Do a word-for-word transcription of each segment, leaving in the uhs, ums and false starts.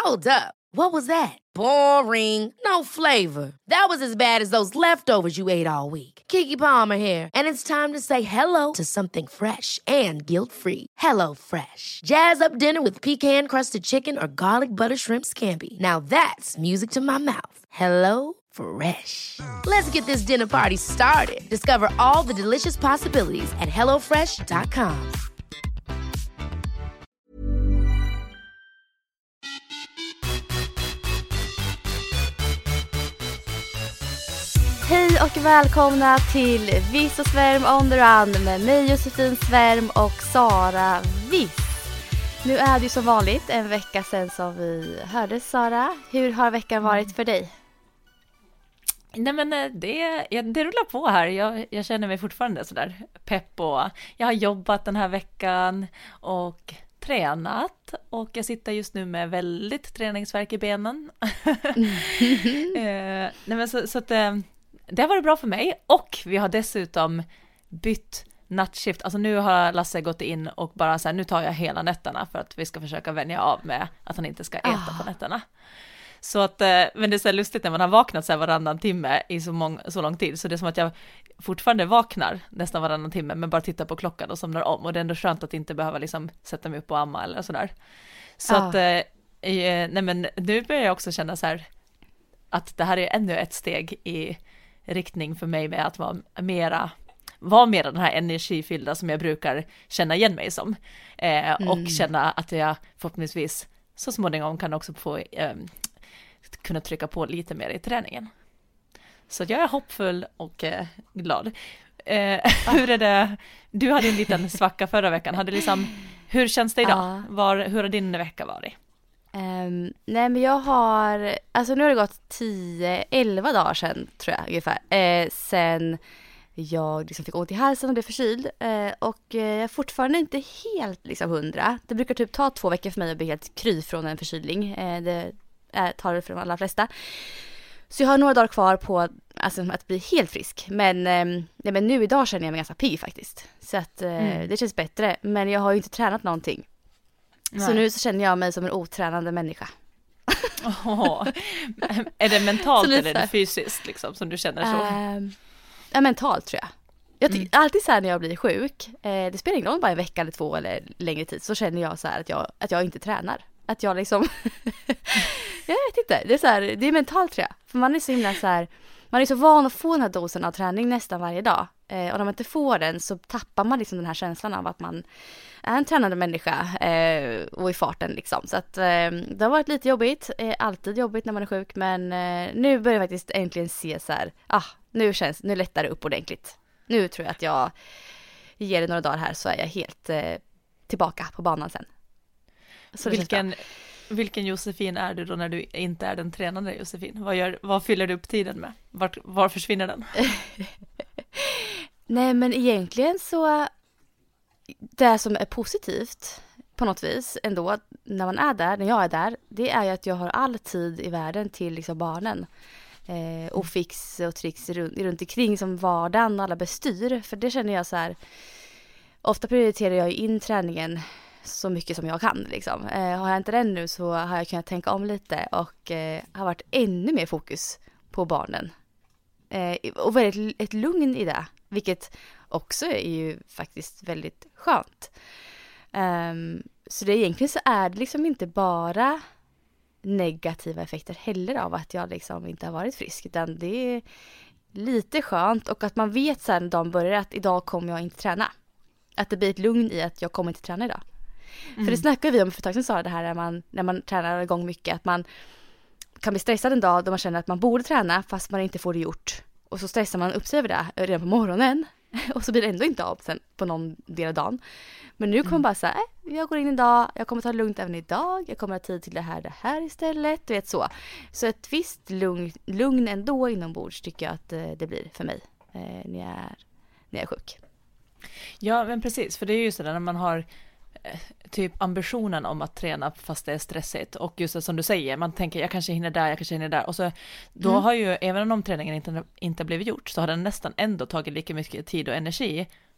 Hold up. What was that? Boring. No flavor. That was as bad as those leftovers you ate all week. Keke Palmer here, and it's time to say hello to something fresh and guilt-free. Hello Fresh. Jazz up dinner with pecan-crusted chicken or garlic butter shrimp scampi. Now that's music to my mouth. Hello Fresh. Let's get this dinner party started. Discover all the delicious possibilities at hello fresh dot com. Hej och välkomna till Viss och Svärm on the run med mig Josefin Svärm och Sara Viss. Nu är det ju som vanligt en vecka sedan som vi hördes, Sara. Hur har veckan varit för dig? Nej men det, det rullar på här. Jag, jag känner mig fortfarande sådär pepp och jag har jobbat den här veckan och tränat och jag sitter just nu med väldigt träningsvärk i benen. eh, nej men så, så att det har varit bra för mig och vi har dessutom bytt nattskift. Alltså nu har Lasse gått in och bara så här, nu tar jag hela nätterna för att vi ska försöka vänja av med att han inte ska äta ah. på nätterna. Så att, men det är så lustigt när man har vaknat så här varannan timme i så, mång, så lång tid. Så det är som att jag fortfarande vaknar nästan varannan timme men bara tittar på klockan och somnar om. Och det är ändå skönt att inte behöva liksom sätta mig upp och amma eller sådär. Så ah. att, eh, nej men nu börjar jag också känna så här att det här är ännu ett steg i riktning för mig med att vara mera, vara mera den här energifyllda som jag brukar känna igen mig som. Eh, mm. Och känna att jag förhoppningsvis så småningom kan också få eh, kunna trycka på lite mer i träningen. Så jag är hoppfull och eh, glad. Eh, hur är det? Du hade en liten svacka förra veckan. Hade liksom, hur känns det idag? Ja. Var, hur har din vecka varit? Um, nej men jag har, alltså nu har det gått tio elva dagar sedan tror jag ungefär, eh, sen jag liksom fick ont i halsen och blev förkyld eh, och eh, jag är fortfarande inte helt liksom hundra. Det brukar typ ta två veckor för mig att bli helt kry från en förkylning, eh, det är, tar det för de allra flesta. Så jag har några dagar kvar på alltså, att bli helt frisk, men, eh, nej, men nu idag känner jag mig ganska pigg faktiskt, så att eh, mm. det känns bättre, men jag har ju inte tränat någonting. Nej. Så nu så känner jag mig som en otränande människa. Oh. Är det mentalt eller är det fysiskt liksom, som du känner så? Uh, ja, mentalt tror jag. jag ty- mm. Alltid så här när jag blir sjuk, eh, det spelar ingen roll bara en vecka eller två eller längre tid, så känner jag så här att jag, att jag inte tränar. Att jag liksom, jag vet inte, det är så här, det är mentalt tror jag. För man är så himla så här, man är så van att få den här dosen av träning nästan varje dag. Eh, och när man inte får den så tappar man liksom den här känslan av att man är en tränande människa eh, och i farten liksom. Så att eh, det har varit lite jobbigt, eh, alltid jobbigt när man är sjuk, men eh, nu börjar jag faktiskt äntligen se så här, ah, nu känns, nu lättar det upp ordentligt. Nu tror jag att jag ger det några dagar här så är jag helt eh, tillbaka på banan sen. Så vilken, vilken Josefin är du då när du inte är den tränande Josefin? Vad, gör, vad fyller du upp tiden med? Var, var försvinner den? Nej men egentligen så det som är positivt på något vis ändå när man är där, när jag är där, det är ju att jag har all tid i världen till liksom barnen. Eh, och fix och tricks runt, runt omkring som vardagen och alla bestyr. För det känner jag så här, ofta prioriterar jag in träningen så mycket som jag kan liksom. Eh, har jag inte den nu så har jag kunnat tänka om lite och eh, har varit ännu mer fokus på barnen. Eh, och väldigt ett lugn i det, vilket också är ju faktiskt väldigt skönt. Um, så det egentligen så är det liksom inte bara negativa effekter heller av att jag liksom inte har varit frisk, utan det är lite skönt, och att man vet sen när de börjar att idag kommer jag inte träna. Att det blir ett lugn i att jag kommer inte träna idag. Mm. För det snackar vi om för ett tag sedan, sa det här när man, när man tränar igång mycket, att man kan bli stressad en dag då man känner att man borde träna fast man inte får det gjort. Och så stressar man upp sig över det redan på morgonen. Och så blir det ändå inte av sen på någon del av dagen. Men nu kommer mm. bara så här, jag går in idag, jag kommer ta det lugnt även idag. Jag kommer ha tid till det här, det här istället. Du vet så. Så ett visst lugn, lugn ändå inombords tycker jag att det blir för mig eh, när, jag är, när jag är sjuk. Ja, men precis. För det är ju så där när man har typ ambitionen om att träna fast det är stressigt, och just det som du säger, man tänker jag kanske hinner där, jag kanske hinner där, och så då mm. har ju, även om träningen inte, inte blivit gjort, så har den nästan ändå tagit lika mycket tid och energi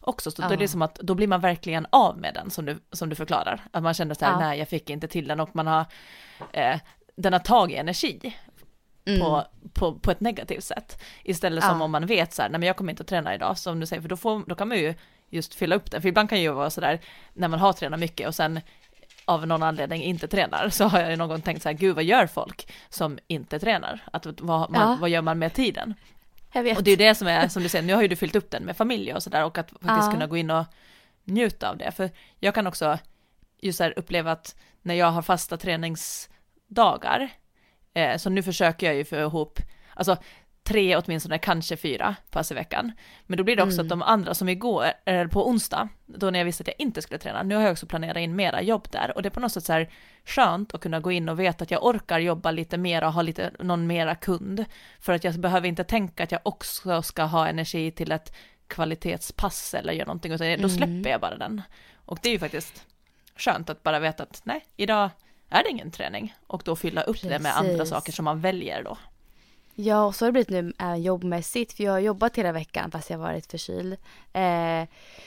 också. Så Ja. då är det som att då blir man verkligen av med den som du, som du förklarar. Att man känner så här, Ja. nej jag fick inte till den och man har eh, den har tagit energi Mm. på, på, på ett negativt sätt. Istället som Ja. om man vet så här, nej men jag kommer inte att träna idag som du säger, för då, får, då kan man ju just fylla upp den. För ibland kan ju vara så där när man har tränat mycket och sen av någon anledning inte tränar, så har jag ju någon gång tänkt så här, gud vad gör folk som inte tränar? Att, vad, man, Ja. vad gör man med tiden? Jag vet. Och det är det som är, som du säger, nu har ju du fyllt upp den med familj och sådär och att faktiskt Ja. kunna gå in och njuta av det. För jag kan också just så här uppleva att när jag har fasta träningsdagar, eh, så nu försöker jag ju få ihop, alltså tre åtminstone, kanske fyra pass i veckan. Men då blir det också Mm. att de andra som igår, eller på onsdag, då när jag visste att jag inte skulle träna, nu har jag också planerat in mera jobb där. Och det är på något sätt så här skönt att kunna gå in och veta att jag orkar jobba lite mer och ha lite, någon mera kund. För att jag behöver inte tänka att jag också ska ha energi till ett kvalitetspass eller göra någonting, utan då Mm. släpper jag bara den. Och det är ju faktiskt skönt att bara veta att nej, idag är det ingen träning. Och då fylla upp det med andra Precis. saker som man väljer då. Ja, och så har det blivit nu äh, jobbmässigt, för jag har jobbat hela veckan fast jag har varit förkyld. Eh,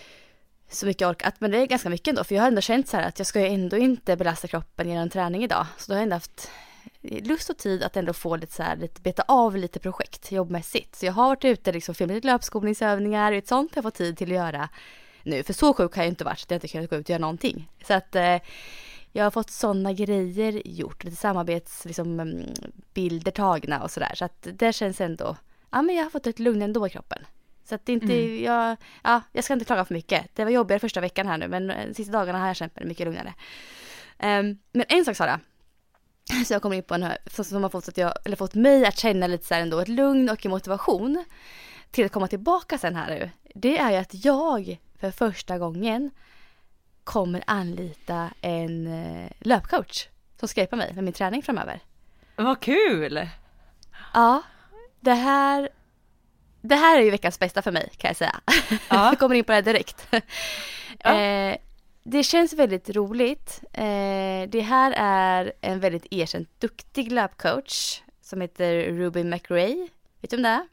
så mycket jag orkat, men det är ganska mycket ändå, för jag har ändå känt så här att jag ska ju ändå inte belasta kroppen genom träning idag. Så då har jag ändå haft lust och tid att ändå få lite så här, lite, beta av lite projekt jobbmässigt. Så jag har varit ute liksom, filmat lite löpskolningsövningar och ett sånt har jag fått tid till att göra nu. För så sjuk har jag inte varit, så jag har inte kunnat gå ut och göra någonting. Så att eh, jag har fått sådana grejer gjort, lite samarbetsbilder liksom, mm, bilder tagna och sådär. Så att det känns ändå, ja men jag har fått ett lugn ändå i kroppen. Så att det inte, Mm. jag, ja, jag ska inte klaga för mycket. Det var jobbigare första veckan här nu, men de sista dagarna har jag känt mig mycket lugnare. Um, men en sak Sara, så jag kommer in på en här, som, som har fått, att jag, eller fått mig att känna lite så här ändå, ett lugn och en motivation till att komma tillbaka sen här nu. Det är ju att jag för första gången kommer anlita en eh, löpcoach som ska hjälpa mig med min träning framöver. Vad kul! Ja, det här, det här är ju veckans bästa för mig kan jag säga. Ja. Jag kommer in på det här direkt. Ja. Eh, det känns väldigt roligt. Eh, det här är en väldigt erkänt duktig löpcoach som heter Ruby McRae. Vet du om det är?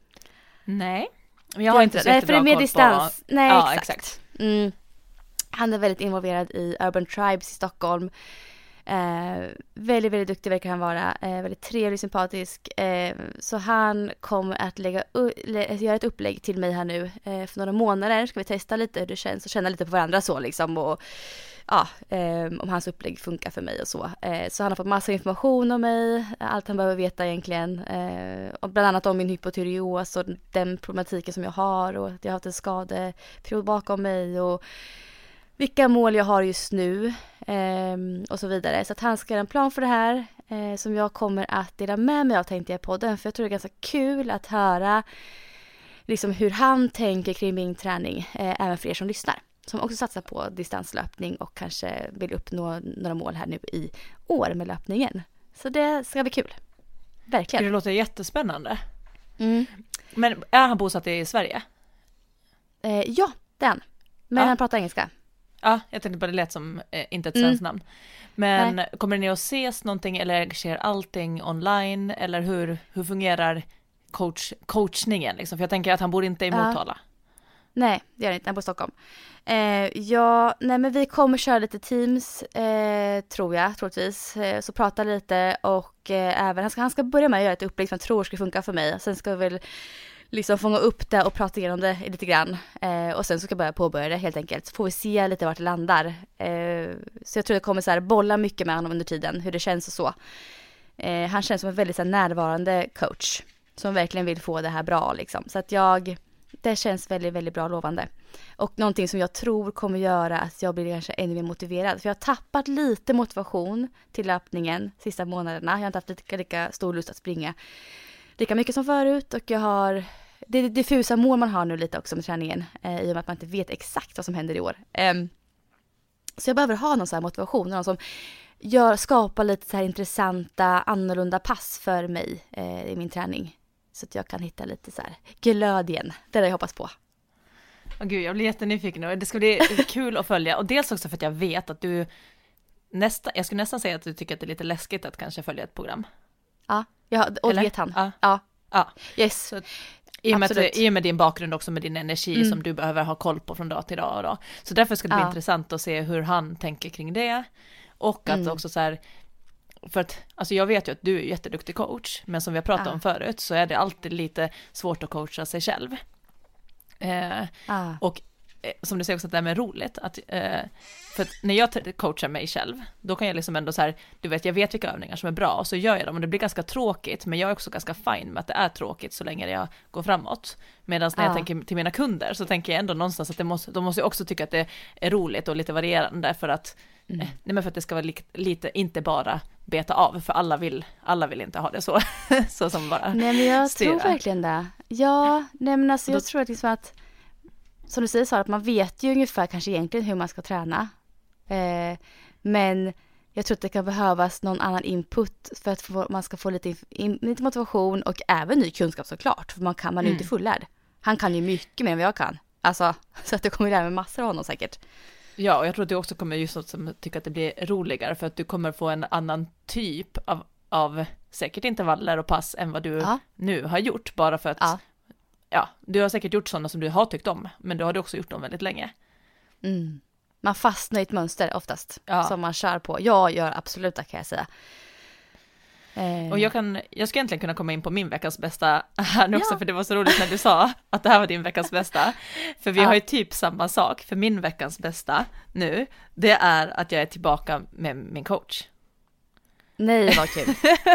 Nej, men jag har inte så Nej, för det är jättebra mer koll distans. på... Nej, ja, exakt. exakt. Mm. Han är väldigt involverad i Urban Tribes i Stockholm. Eh, väldigt, väldigt duktig verkar han vara. Eh, väldigt trevlig, sympatisk. Eh, så han kommer att lägga u- lä- göra ett upplägg till mig här nu. Eh, för några månader ska vi testa lite hur det känns och känna lite på varandra så liksom. Och ja, eh, om hans upplägg funkar för mig och så. Eh, så han har fått massa information om mig. Allt han behöver veta egentligen. Eh, och bland annat om min hypotyreos och den problematiken som jag har. Och att jag har haft en skadeperiod bakom mig. Och vilka mål jag har just nu eh, och så vidare. Så att han ska göra en plan för det här eh, som jag kommer att dela med mig av, tänkte jag på den. För jag tror det är ganska kul att höra liksom hur han tänker kring min träning, eh, även för er som lyssnar. Som också satsar på distanslöpning och kanske vill uppnå några mål här nu i år med löpningen. Så det ska bli kul. Verkligen. Det låter jättespännande. Mm. Men är han bosatt i Sverige? Eh, ja, det är han. Men Ja. han pratar engelska. Ja, jag tänkte bara det lät som eh, inte ett svenskt Mm. namn. Men Nej. kommer ni att ses någonting eller sker allting online? Eller hur, hur fungerar coach, coachningen? Liksom? För jag tänker att han bor inte i Ja. Motala. Nej, det gör det inte. Han bor i Stockholm. Eh, ja, nej men vi kommer köra lite Teams, eh, tror jag, troligtvis. Eh, så prata lite och eh, även, han ska, han ska börja med att göra ett upplägg som jag tror ska funka för mig. Sen ska vi väl liksom fånga upp det och prata igenom det lite grann. Eh, och sen så ska jag börja påbörja det helt enkelt. Så får vi se lite vart det landar. Eh, så jag tror jag kommer så här bolla mycket med honom under tiden, hur det känns och så. Eh, han känns som en väldigt så här, närvarande coach. Som verkligen vill få det här bra liksom. Så att jag, det känns väldigt, väldigt bra och lovande. Och någonting som jag tror kommer göra att jag blir kanske ännu mer motiverad. För jag har tappat lite motivation till löpningen sista månaderna. Jag har inte haft lika, lika stor lust att springa lika mycket som förut. Och jag har, det är diffusa mål man har nu lite också med träningen. Eh, I och med att man inte vet exakt vad som händer i år. Eh, så jag behöver ha någon så här motivation. Någon som gör, skapar lite så här intressanta, annorlunda pass för mig eh, i min träning. Så att jag kan hitta lite så här glöd igen. Det är det jag hoppas på. Åh gud, jag blir jättenyfiken nu. Det ska bli kul att följa. Och dels också för att jag vet att du nästa, jag skulle nästan säga att du tycker att det är lite läskigt att kanske följa ett program. Ja, ja och det Eller? vet han. Ja. Ja. Ja. Yes. Så I och, med att, I och med din bakgrund också med din energi mm. som du behöver ha koll på från dag till dag. Och dag. Så därför ska det bli ja. intressant att se hur han tänker kring det. Och att mm. också så här, för att alltså jag vet ju att du är jätteduktig coach, men som vi har pratat ja. om förut så är det alltid lite svårt att coacha sig själv. Eh, ja. Och eh, som du säger också att det är med roligt att, eh, för att när jag t- coachar mig själv, då kan jag liksom ändå så här, du vet, jag vet vilka övningar som är bra och så gör jag dem och det blir ganska tråkigt, men jag är också ganska fine med att det är tråkigt så länge jag går framåt. Medan när ja. jag tänker till mina kunder så tänker jag ändå någonstans att det måste, de måste också tycka att det är roligt och lite varierande för att Mm. Nej, men för att det ska vara li- lite, inte bara beta av, för alla vill, alla vill inte ha det så, så som bara Nej, men jag styra. tror verkligen det. Ja, nej, men alltså jag då, tror att, liksom att som du säger så att man vet ju ungefär kanske egentligen hur man ska träna. Eh, men jag tror att det kan behövas någon annan input för att få, man ska få lite, in, lite motivation och även ny kunskap såklart, för man kan man är mm. inte fullärd. Han kan ju mycket mer än vad jag kan. Alltså, så att det kommer lära mig massor av honom säkert. Ja, och jag tror att du också kommer just att tycka att det blir roligare för att du kommer få en annan typ av, av säkert intervaller och pass än vad du ja. nu har gjort. Bara för att ja. ja, du har säkert gjort sådana som du har tyckt om, men du har också gjort dem väldigt länge. Mm. Man fastnar i ett mönster oftast ja. som man kör på. Jag gör absolut det, kan jag säga. Och jag, kan, jag ska egentligen kunna komma in på min veckans bästa här nu också, ja. för det var så roligt när du sa att det här var din veckans bästa. För vi ja. har ju typ samma sak, för min veckans bästa nu, det är att jag är tillbaka med min coach. Nej, vad kul.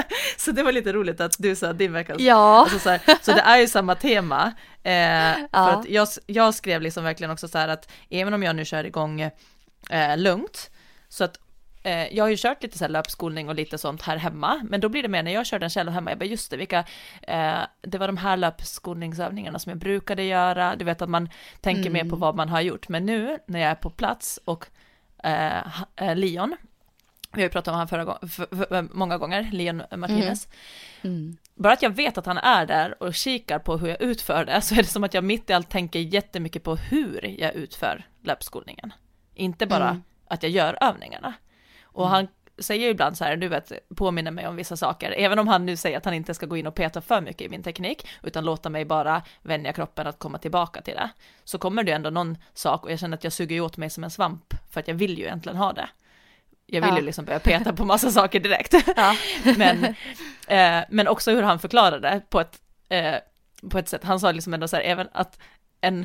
Så det var lite roligt att du sa din veckans. Ja. Alltså så, här, så det är ju samma tema. Eh, för ja. att jag, jag skrev liksom verkligen också så här att även om jag nu kör igång eh, lugnt, så att jag har ju kört lite så här löpskolning och lite sånt här hemma, men då blir det mer när jag kör den själv hemma, jag bara just det, vilka, eh, det var de här löpskolningsövningarna som jag brukade göra, du vet att man tänker mm. mer på vad man har gjort, men nu när jag är på plats och eh, Leon, vi har ju pratat om han förra gång, för, för, många gånger, Leon Martinez, mm. Mm. bara att jag vet att han är där och kikar på hur jag utför det, så är det som att jag mitt i allt tänker jättemycket på hur jag utför löpskolningen, inte bara mm. att jag gör övningarna. Och mm. han säger ju ibland så här, du vet, påminner mig om vissa saker. Även om han nu säger att han inte ska gå in och peta för mycket i min teknik, utan låta mig bara vänja kroppen att komma tillbaka till det. Så kommer det ändå någon sak, och jag känner att jag suger åt mig som en svamp, för att jag vill ju egentligen ha det. Jag vill ja. ju liksom börja peta på massa saker direkt. Ja. men, eh, men också hur han förklarade på ett, eh, på ett sätt. Han sa liksom ändå så här, även att en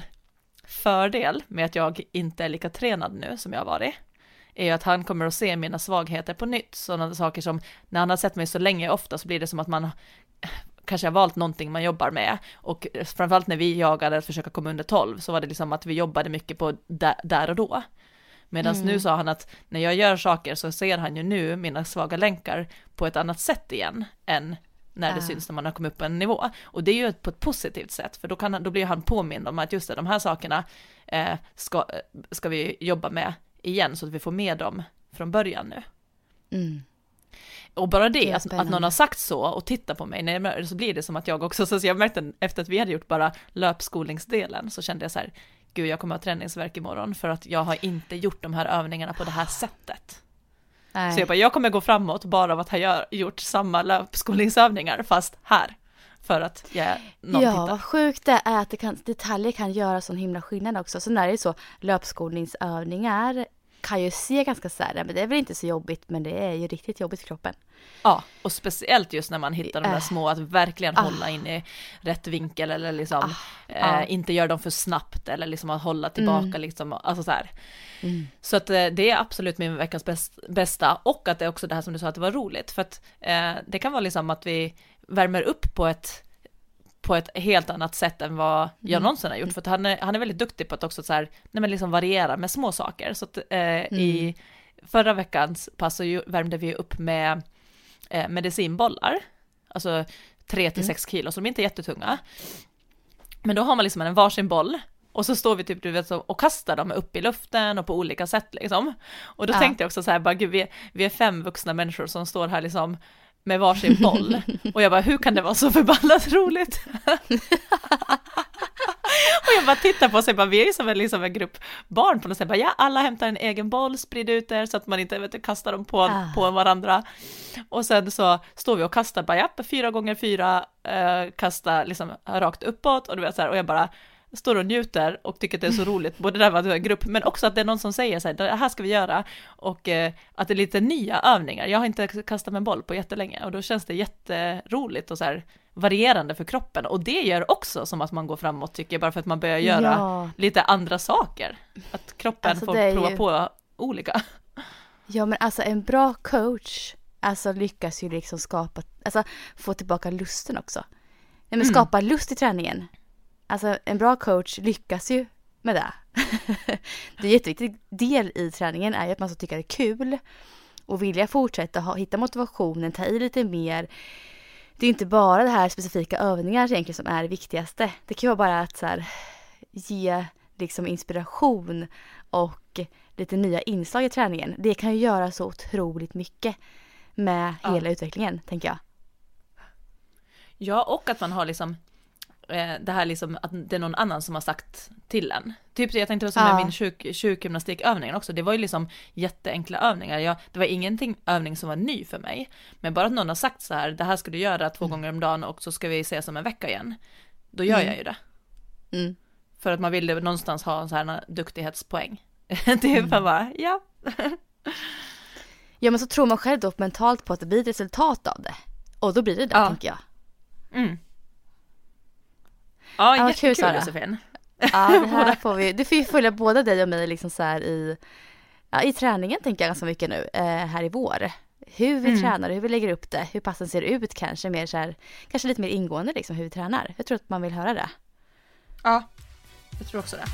fördel med att jag inte är lika tränad nu som jag har varit, är att han kommer att se mina svagheter på nytt. Sådana saker som, när han har sett mig så länge ofta, så blir det som att man kanske har valt någonting man jobbar med. Och framförallt när vi jagade att försöka komma under tolv, så var det liksom att vi jobbade mycket på där, där och då. Medan mm. nu sa han att när jag gör saker så ser han ju nu mina svaga länkar på ett annat sätt igen än när det äh. syns när man har kommit upp på en nivå. Och det är ju på ett positivt sätt, för då, kan, då blir han påmind om att just det, de här sakerna eh, ska, ska vi jobba med igen, så att vi får med dem från början nu. Mm. Och bara det, det att, att någon har sagt så och tittar på mig, när så blir det som att jag också, så jag märkte efter att vi hade gjort bara löpskolningsdelen, så kände jag så här, gud, jag kommer ha träningsvärk imorgon för att jag har inte gjort de här övningarna på det här sättet. Nej. Så jag bara, jag kommer gå framåt bara av att ha gjort samma löpskolningsövningar fast här. För att jag är någon Ja, tittar. Vad sjukt det är att det kan, detaljer kan göra sån himla skillnad också. Så när det är så, löpskolningsövningar kan ju se ganska så här, men det är väl inte så jobbigt, men det är ju riktigt jobbigt i kroppen. Ja, och speciellt just när man hittar de där små, att verkligen ah. hålla in i rätt vinkel, eller liksom ah. Eh, ah. inte göra dem för snabbt, eller liksom att hålla tillbaka mm. liksom, alltså så här. Mm. Så att eh, det är absolut min veckans bäst, bästa, och att det är också det här som du sa, att det var roligt, för att eh, det kan vara liksom att vi värmer upp på ett på ett helt annat sätt än vad jag mm. någonsin har gjort, för att han är, han är väldigt duktig på att också så här, nej men liksom variera med små saker. Så att eh, mm. i förra veckans pass så värmde vi upp med eh, medicinbollar, alltså tre till sex kilo, så de är inte jättetunga. Men då har man liksom en varsin boll, och så står vi typ, du vet, så, och kastar dem upp i luften och på olika sätt liksom. Och då ja. tänkte jag också så här, bara, gud, vi, vi är fem vuxna människor som står här liksom med varsin boll. Och jag bara, hur kan det vara så förbannat roligt? Och jag bara tittar på sig, bara, vi är ju som en, liksom en grupp barn på något sätt. Bara, ja, alla hämtar en egen boll, sprid ut er så att man inte vet du, kastar dem på, ah. på varandra. Och sen så står vi och kastar, bara, ja, fyra gånger fyra, eh, kasta liksom rakt uppåt. Och, du vet, så här, och jag bara står och njuter och tycker att det är så roligt, både där var det en grupp, men också att det är någon som säger så här, det här ska vi göra, och eh, att det är lite nya övningar. Jag har inte kastat med en boll på jättelänge, och då känns det jätteroligt och så här varierande för kroppen, och det gör också som att man går framåt, tycker jag, bara för att man börjar göra ja. lite andra saker, att kroppen alltså, får prova ju... på olika. Ja, men alltså en bra coach alltså lyckas ju liksom skapa, alltså få tillbaka lusten också. Nej, men skapa mm. lust i träningen. Alltså en bra coach lyckas ju med det. Det är en jätteviktig del i träningen är ju att man ska tycka det är kul och vilja fortsätta ha, hitta motivationen, ta i lite mer. Det är inte bara det här specifika övningar egentligen som är det viktigaste. Det kan ju vara bara att så här, ge liksom inspiration och lite nya inslag i träningen. Det kan ju göra så otroligt mycket med ja. hela utvecklingen, tänker jag. Ja, och att man har liksom det här liksom att det är någon annan som har sagt till en. Typ jag tänkte också med ja. min sjuk, sjukgymnastikövningen också. Det var ju liksom jätteenkla övningar. Jag, det var ingenting övning som var ny för mig. Men bara att någon har sagt så här, det här ska du göra två mm. gånger om dagen och så ska vi ses om en vecka igen. Då gör mm. jag ju det. Mm. För att man vill någonstans ha en så här duktighetspoäng. Det är mm. bara, ja. Ja, men så tror man själv då mentalt på att det blir ett resultat av det. Och då blir det det, ja. tänker jag. Mm. Ja, ja jättekul, kul, Josefin. Ja, det här får vi. Du får ju följa både dig och mig liksom så här i, ja, i träningen, tänker jag ganska mycket nu, eh, här i vår. Hur vi mm. tränar, hur vi lägger upp det, hur passen ser ut kanske, mer så här, kanske lite mer ingående liksom, hur vi tränar. Jag tror att man vill höra det. Ja, jag tror också det.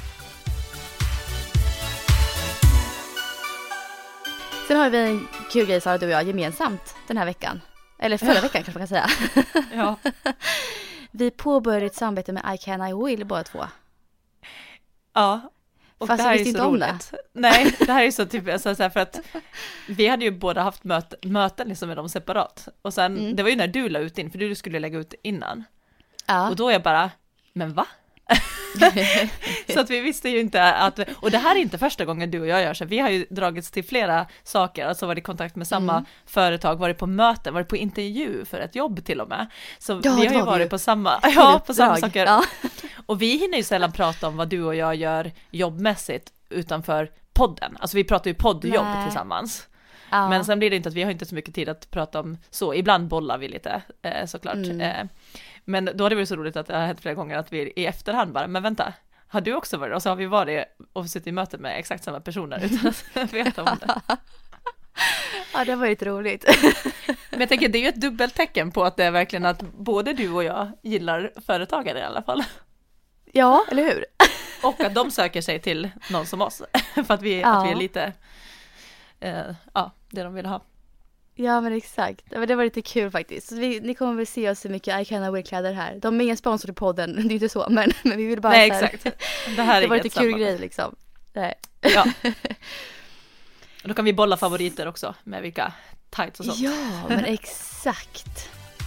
Sen har vi en kul grej, Sara, du och jag, gemensamt den här veckan. Eller förra ja. veckan kanske man kan säga. Ja. Vi påbörjade ett samarbete med I Can I Will båda två. Ja. Och fast det här jag visste är så inte roligt. om det. Nej, det här är så typ alltså, så här, för att vi hade ju båda haft möt, möten liksom med dem separat. Och sen, mm. det var ju när du la ut in, för du skulle lägga ut innan. Ja. Och då är jag bara, men va? Så att vi visste ju inte att, och det här är inte första gången du och jag gör så. Vi har ju dragits till flera saker, alltså varit i kontakt med samma mm. företag, varit på möten, varit på intervju för ett jobb till och med. Så ja, vi har ju varit vi. på samma ja, på samma saker. Ja. Och vi hinner ju sällan prata om vad du och jag gör jobbmässigt utanför podden. Alltså vi pratar ju poddjobb Nej. tillsammans. Ja. Men sen blir det inte att vi har inte så mycket tid att prata om så. Ibland bollar vi lite eh, såklart. Mm. Eh, Men då har det varit så roligt att det har hänt flera gånger att vi i efterhand bara, men vänta, har du också varit? Och så har vi varit och suttit i möte med exakt samma personer utan att veta om det. Ja, det var ju roligt. Men jag tänker, det är ju ett dubbeltecken på att det är verkligen att både du och jag gillar företagare i alla fall. Ja, eller hur? Och att de söker sig till någon som oss. För att vi, ja. att vi är lite, eh, ja, det de vill ha. Ja, men exakt. Det var lite kul faktiskt. Så vi, ni kommer väl se oss så mycket I Can I Will-kläder här. De är ingen sponsor till podden, det är inte så, men, men vi vill bara... Nej, här, exakt. Det här är det var lite kul grej liksom. Nej. Ja. Och då kan vi bolla favoriter också med vilka tights och sånt. Ja, men exakt.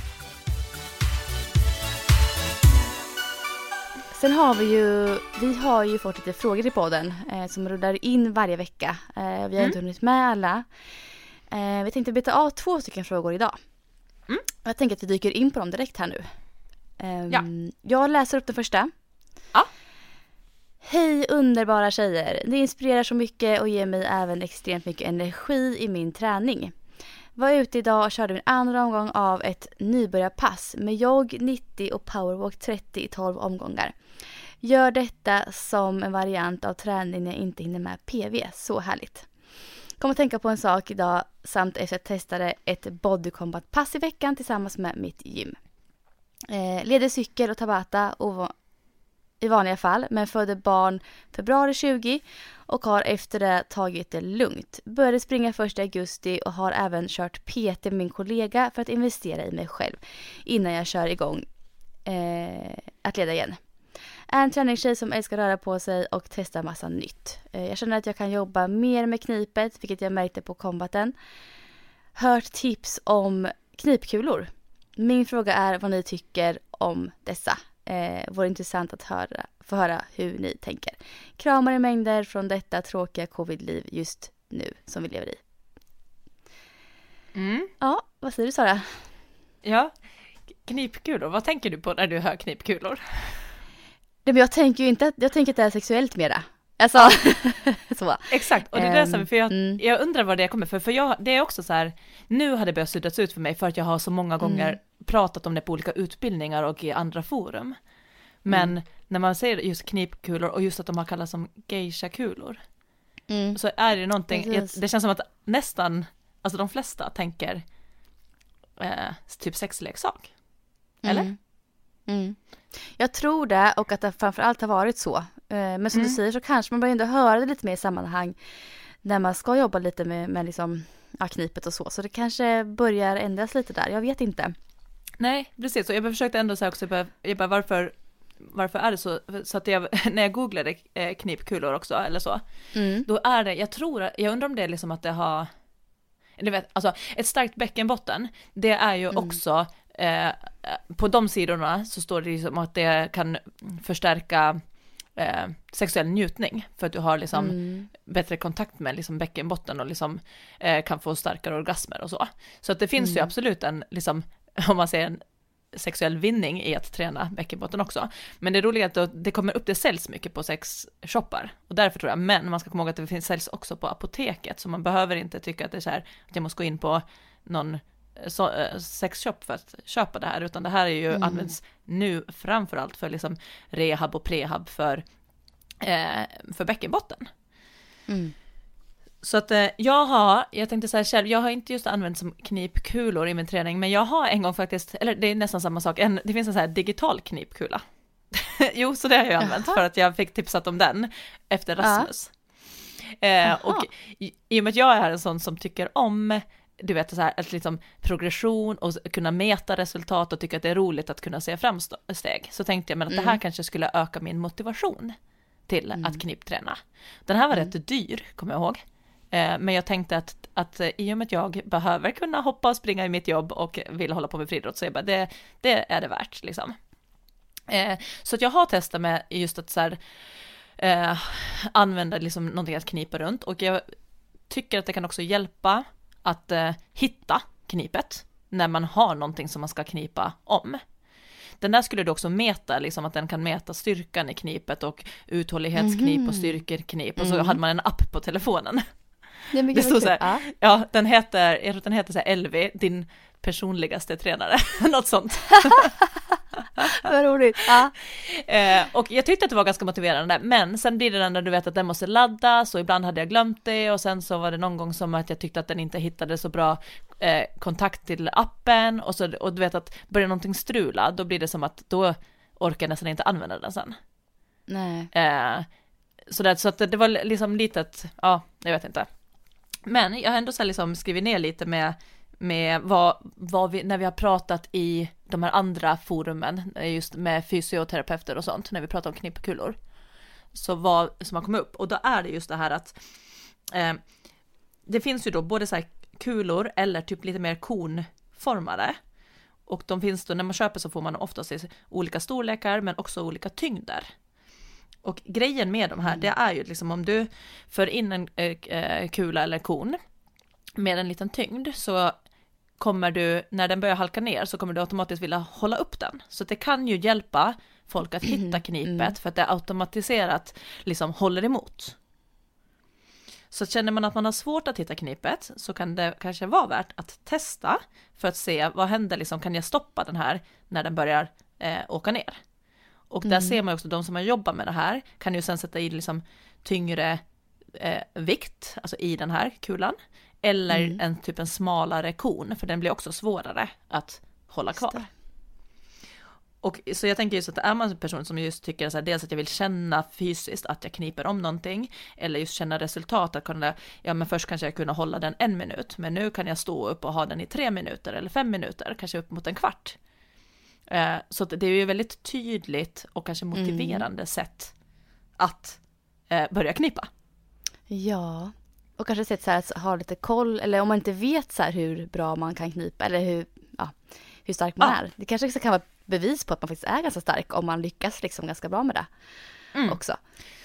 Sen har vi ju, vi har ju fått lite frågor i podden eh, som rullar in varje vecka. Eh, vi har mm. inte hunnit med alla. Eh, vi tänkte beta av två stycken frågor idag. Mm. Jag tänker att vi dyker in på dem direkt här nu. Eh, ja. Jag läser upp den första. Ja. Hej underbara tjejer. Det inspirerar så mycket och ger mig även extremt mycket energi i min träning. Var ute idag och körde min andra omgång av ett nybörjarpass med jogg nittio och powerwalk trettio i tolv omgångar. Gör detta som en variant av träning när jag inte hinner med P V. Så härligt. Kom att tänka på en sak idag samt efter att jag testade ett body combat pass i veckan tillsammans med mitt gym. Eh, leder cykel och tabata ov- i vanliga fall, men födde barn februari tjugo och har efter det tagit det lugnt. Började springa första augusti och har även kört P T med min kollega för att investera i mig själv innan jag kör igång eh, att leda igen. Är en träningstjej som älskar röra på sig och testa massa nytt. Eh, jag känner att jag kan jobba mer med knipet, vilket jag märkte på combaten. Hört tips om knipkulor. Min fråga är vad ni tycker om dessa. Eh, vore intressant att höra, få höra hur ni tänker. Kramar i mängder från detta tråkiga covid-liv just nu som vi lever i. Mm. Ja, vad säger du Sara? Ja, knipkulor. Vad tänker du på när du hör knipkulor? Ja, men jag tänker ju inte att, jag tänker att det är sexuellt mera. Alltså, så. Exakt, och det är det som, för jag, mm. jag undrar vad det kommer för, för jag, det är också så här, nu har det börjat suddas ut för mig för att jag har så många gånger mm. pratat om det på olika utbildningar och i andra forum. Men mm. när man säger just knipkulor och just att de har kallats som geisha-kulor, mm. så är det någonting, jag, det känns som att nästan, alltså de flesta tänker eh, typ sexleksak. Eller? Mm. Mm. Jag tror det, och att det framförallt har varit så. Men som mm. du säger så kanske man börjar ändå höra det lite mer i sammanhang när man ska jobba lite med, med liksom, ja, knipet och så. Så det kanske börjar ändras lite där, jag vet inte. Nej, precis. Och jag försökte ändå säga också, jag bara, varför, varför är det så? Så att jag, när jag googlade knipkulor också, eller så, mm. då är det, jag tror, jag undrar om det är liksom att det har, du vet, alltså ett starkt bäckenbotten, det är ju mm. också, eh, på de sidorna så står det liksom att det kan förstärka Eh, sexuell njutning för att du har liksom mm. bättre kontakt med liksom bäckenbotten och liksom eh, kan få starkare orgasmer och så. Så att det finns mm. ju absolut en liksom, om man säger en sexuell vinning i att träna bäckenbotten också. Men det är roligt att det kommer upp, det säljs mycket på sexshoppar och därför tror jag, men man ska komma ihåg att det finns säljs också på apoteket, så man behöver inte tycka att det är så här att jag måste gå in på någon så, äh, sexshop för att köpa det här, utan det här är ju mm. används nu framförallt för liksom rehab och prehab för, eh, för bäckenbotten. Mm. Så att eh, jag har, jag tänkte säga själv, jag har inte just använt som knipkulor i min träning, men jag har en gång faktiskt, eller det är nästan samma sak, en, det finns en så här digital knipkula. Jo, så det har jag använt för att jag fick tipsat om den efter Rasmus. Eh, och i, i och med att jag är en sån som tycker om, du vet, så här, att liksom progression och kunna mäta resultat och tycka att det är roligt att kunna se framsteg, så tänkte jag men att mm. det här kanske skulle öka min motivation till mm. att knipträna. Den här var mm. rätt dyr, kommer jag ihåg. Eh, men jag tänkte att, att i och med att jag behöver kunna hoppa och springa i mitt jobb och vill hålla på med friidrott, så jag bara, det, det är det värt liksom. Eh, så att jag har testat med just att så här, eh, använda liksom någonting att knipa runt, och jag tycker att det kan också hjälpa att eh, hitta knipet när man har någonting som man ska knipa om. Den där skulle du också mäta, liksom att den kan mäta styrkan i knipet och uthållighetsknip mm-hmm. och styrkeknip, och så mm. hade man en app på telefonen. Det, det stod så här, ja. ja, den heter, jag tror den heter så här Elvi, din personligaste tränare, något sånt. Vad roligt. Ja. Eh, och jag tyckte att det var ganska motiverande, men sen blir det den där du vet att den måste laddas, och ibland hade jag glömt det, och sen så var det någon gång som att jag tyckte att den inte hittade så bra eh, kontakt till appen, och, så, och du vet att börjar någonting strula, då blir det som att då orkar jag nästan inte använda den sen. Nej. Eh, så, där, så att det var liksom lite att, ja, jag vet inte. Men jag har ändå så här liksom skrivit ner lite med med vad, vad vi, när vi har pratat i de här andra forumen, just med fysioterapeuter och sånt, när vi pratar om knipkulor, så vad som har kommit upp, och då är det just det här att eh, det finns ju då både så här kulor eller typ lite mer konformade, och de finns då, när man köper så får man oftast i olika storlekar men också olika tyngder. Och grejen med de här, det är ju liksom om du för in en eh, kula eller kon med en liten tyngd, så kommer du, när den börjar halka ner, så kommer du automatiskt vilja hålla upp den. Så det kan ju hjälpa folk att hitta knipet mm. för att det automatiserat liksom håller emot. Så känner man att man har svårt att hitta knipet, så kan det kanske vara värt att testa för att se vad händer, liksom, kan jag stoppa den här när den börjar eh, åka ner. Och där mm. ser man också, de som har jobbat med det här kan ju sen sätta i liksom tyngre eh, vikt, alltså i den här kulan. Eller mm. en typ en smalare kon, för den blir också svårare att hålla kvar. Och så jag tänker just att är man en person som just tycker så här, dels att jag vill känna fysiskt att jag kniper om någonting, eller just känna resultat, att kunna, ja men först kanske jag kunna hålla den en minut, men nu kan jag stå upp och ha den i tre minuter eller fem minuter, kanske upp mot en kvart. Eh, så det är ju väldigt tydligt och kanske motiverande mm. sätt att eh, börja knipa. Ja. Och kanske sett så här att ha lite koll, eller om man inte vet så här hur bra man kan knipa, eller hur, ja, hur stark man ja. är. Det kanske också kan vara bevis på att man faktiskt är ganska stark om man lyckas liksom ganska bra med det mm. också.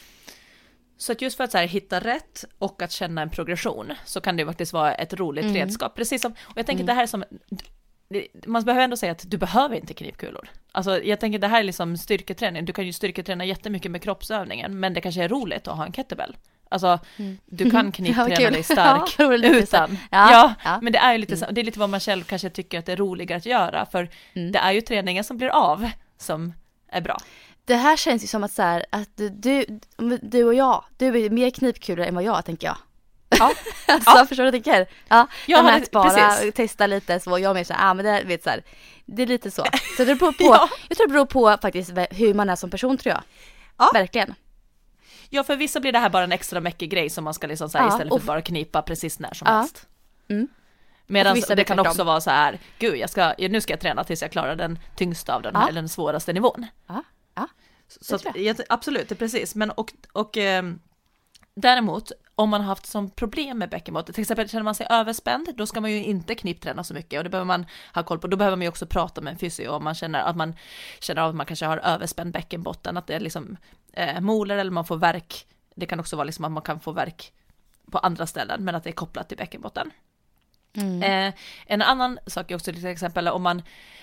Så att just för att så här, hitta rätt och att känna en progression så kan det ju faktiskt vara ett roligt mm. redskap. Precis som, och jag tänker mm. att det här är som, man behöver ändå säga att du behöver inte knipkulor. Alltså jag tänker att det här är liksom styrketräning. Du kan ju styrketräna jättemycket med kroppsövningen, men det kanske är roligt att ha en kettlebell. Alltså mm. du kan knipträna ja, dig stark ja, utan. Ja, ja, ja, men det är ju lite, mm. det är lite vad man själv kanske tycker att det är roligare att göra, för mm. det är ju träningen som blir av som är bra. Det här känns ju som att så här, att du, du och jag, du är mer knipkulor än vad jag, tänker jag. Ja. alltså, ja. Förstår du vad jag tänker? Ja, ja mätbara, testa lite så, jag menar så här, ah, men det, vet, så här, det är lite så. Så det beror på, ja. jag tror det beror på faktiskt hur man är som person, tror jag. Ja. Verkligen. Ja, för vissa blir det här bara en extra mäckig grej som man ska liksom så här, ja, istället för att bara knipa precis när som ja. helst. Mm. Medan det kan också vara så här, gud, jag ska, nu ska jag träna tills jag klarar den tyngsta av den här, ja. eller den svåraste nivån. Ja, ja. Så att, absolut, det är precis. Men och, och eh, däremot, om man har haft som problem med bäckenbotten, till exempel känner man sig överspänd, då ska man ju inte knipträna så mycket, och det behöver man ha koll på. Då behöver man ju också prata med en fysio om man känner att man känner av att man kanske har överspänd bäckenbotten, att det är liksom eh, moler, eller man får värk. Det kan också vara liksom att man kan få värk på andra ställen, men att det är kopplat till bäckenbotten. Mm. Eh, en annan sak är också till exempel om man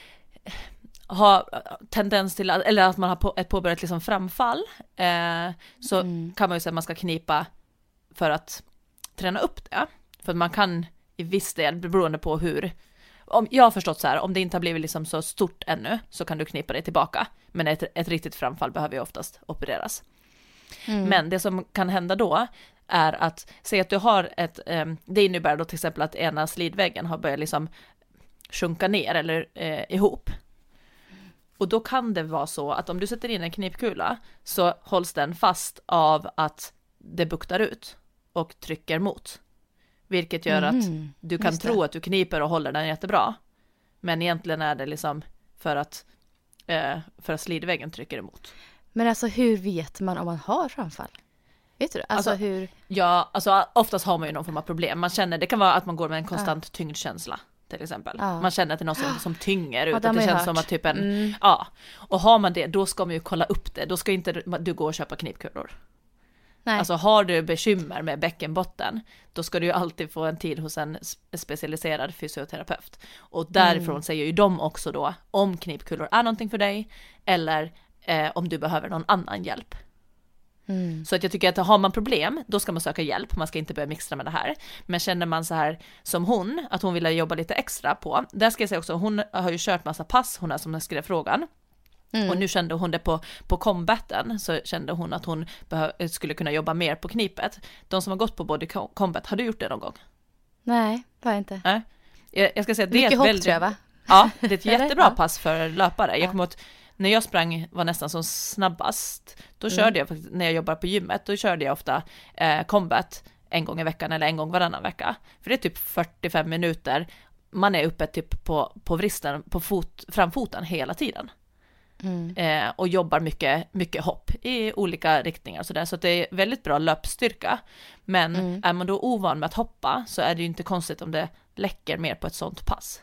har tendens till, eller att man har på, ett påbörjat liksom framfall, eh, så mm. kan man ju säga att man ska knipa för att träna upp det. För man kan i viss del, beroende på hur, om jag har förstått så här, om det inte har blivit liksom så stort ännu, så kan du knipa det tillbaka. Men ett, ett riktigt framfall behöver ju oftast opereras. Mm. Men det som kan hända då är att, säg att du har ett, eh, det innebär då till exempel att ena slidväggen har börjat liksom sjunka ner eller eh, ihop. Och då kan det vara så att om du sätter in en knipkula så hålls den fast av att det buktar ut och trycker mot. Vilket gör mm, att du kan tro att du kniper och håller den jättebra. Men egentligen är det liksom för att, eh, för att slidväggen trycker emot. Men alltså hur vet man om man har framfall? Vet du det? Alltså, alltså hur? Ja, alltså oftast har man ju någon form av problem. Man känner, det kan vara att man går med en konstant ah. tyngdkänsla. Till exempel. Ja. Man känner att det är något som, som tynger ut. Ja, att det känns hört. Som att typ en... Mm. Ja. Och har man det, då ska man ju kolla upp det. Då ska inte du gå och köpa knipkulor. Nej. Alltså har du bekymmer med bäckenbotten, då ska du ju alltid få en tid hos en specialiserad fysioterapeut. Och därifrån mm. säger ju de också då om knipkulor är någonting för dig, eller eh, om du behöver någon annan hjälp. Mm. Så att jag tycker att har man problem, då ska man söka hjälp. Man ska inte börja mixtra med det här. Men känner man så här som hon, att hon vill jobba lite extra på, där ska jag säga också, hon har ju kört massa pass, hon är som skrev frågan. Mm. Och nu kände hon det på, på combaten, så kände hon att hon behö- skulle kunna jobba mer på knipet. De som har gått på body combat, har du gjort det någon gång? Nej, var inte. Nej. Jag, jag ska säga att det mycket är ett hopp, väldigt... tror jag, va? Ja, det är ett jättebra pass för löpare. Jag kommer åt, när jag sprang var nästan som snabbast, då mm. körde jag, när jag jobbade på gymmet, då körde jag ofta eh, combat en gång i veckan eller en gång varannan vecka. För det är typ fyrtiofem minuter. Man är uppe typ på, på vristen, på fot, framfoten hela tiden. Mm. Eh, och jobbar mycket, mycket hopp i olika riktningar. Så, där. Så det är väldigt bra löpstyrka. Men mm. är man då ovan med att hoppa, så är det ju inte konstigt om det läcker mer på ett sånt pass.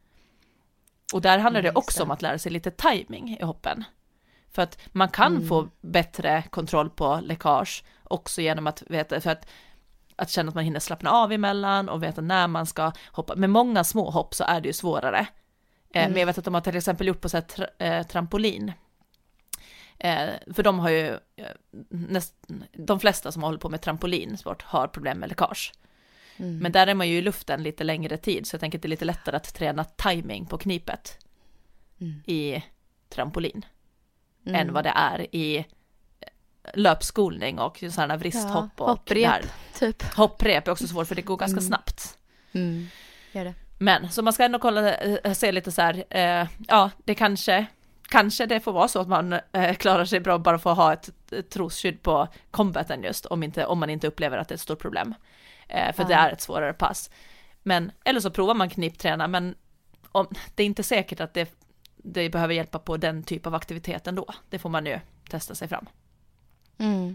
Och där handlar det också om att lära sig lite timing i hoppen. För att man kan mm. få bättre kontroll på läckage också genom att veta, för att, att känna att man hinner slappna av emellan och veta när man ska hoppa. Med många små hopp så är det ju svårare. Mm. Men jag vet att de har till exempel gjort på så här tra, eh, trampolin. Eh, för de har ju, eh, näst, de flesta som håller på med trampolinsport har problem med läckage. Mm. Men där är man ju i luften lite längre tid, så jag tänker att det är lite lättare att träna timing på knipet mm. i trampolin mm. än vad det är i löpskolning och sådana vristhopp ja, och hopprep, där. Typ. Hopprep är också svårt, för det går ganska mm. snabbt. Mm. Gör det. Men så man ska ändå kolla, se lite så här, eh, ja, det kanske kanske det får vara så att man eh, klarar sig bra bara för att ha ett, ett trosskydd på combaten, just om inte om man inte upplever att det är ett stort problem. Eh, för ja. Det är ett svårare pass. Men eller så provar man knipträna, men om, det är inte säkert att det, det behöver hjälpa på den typ av aktivitet ändå. Det får man ju testa sig fram. Mm.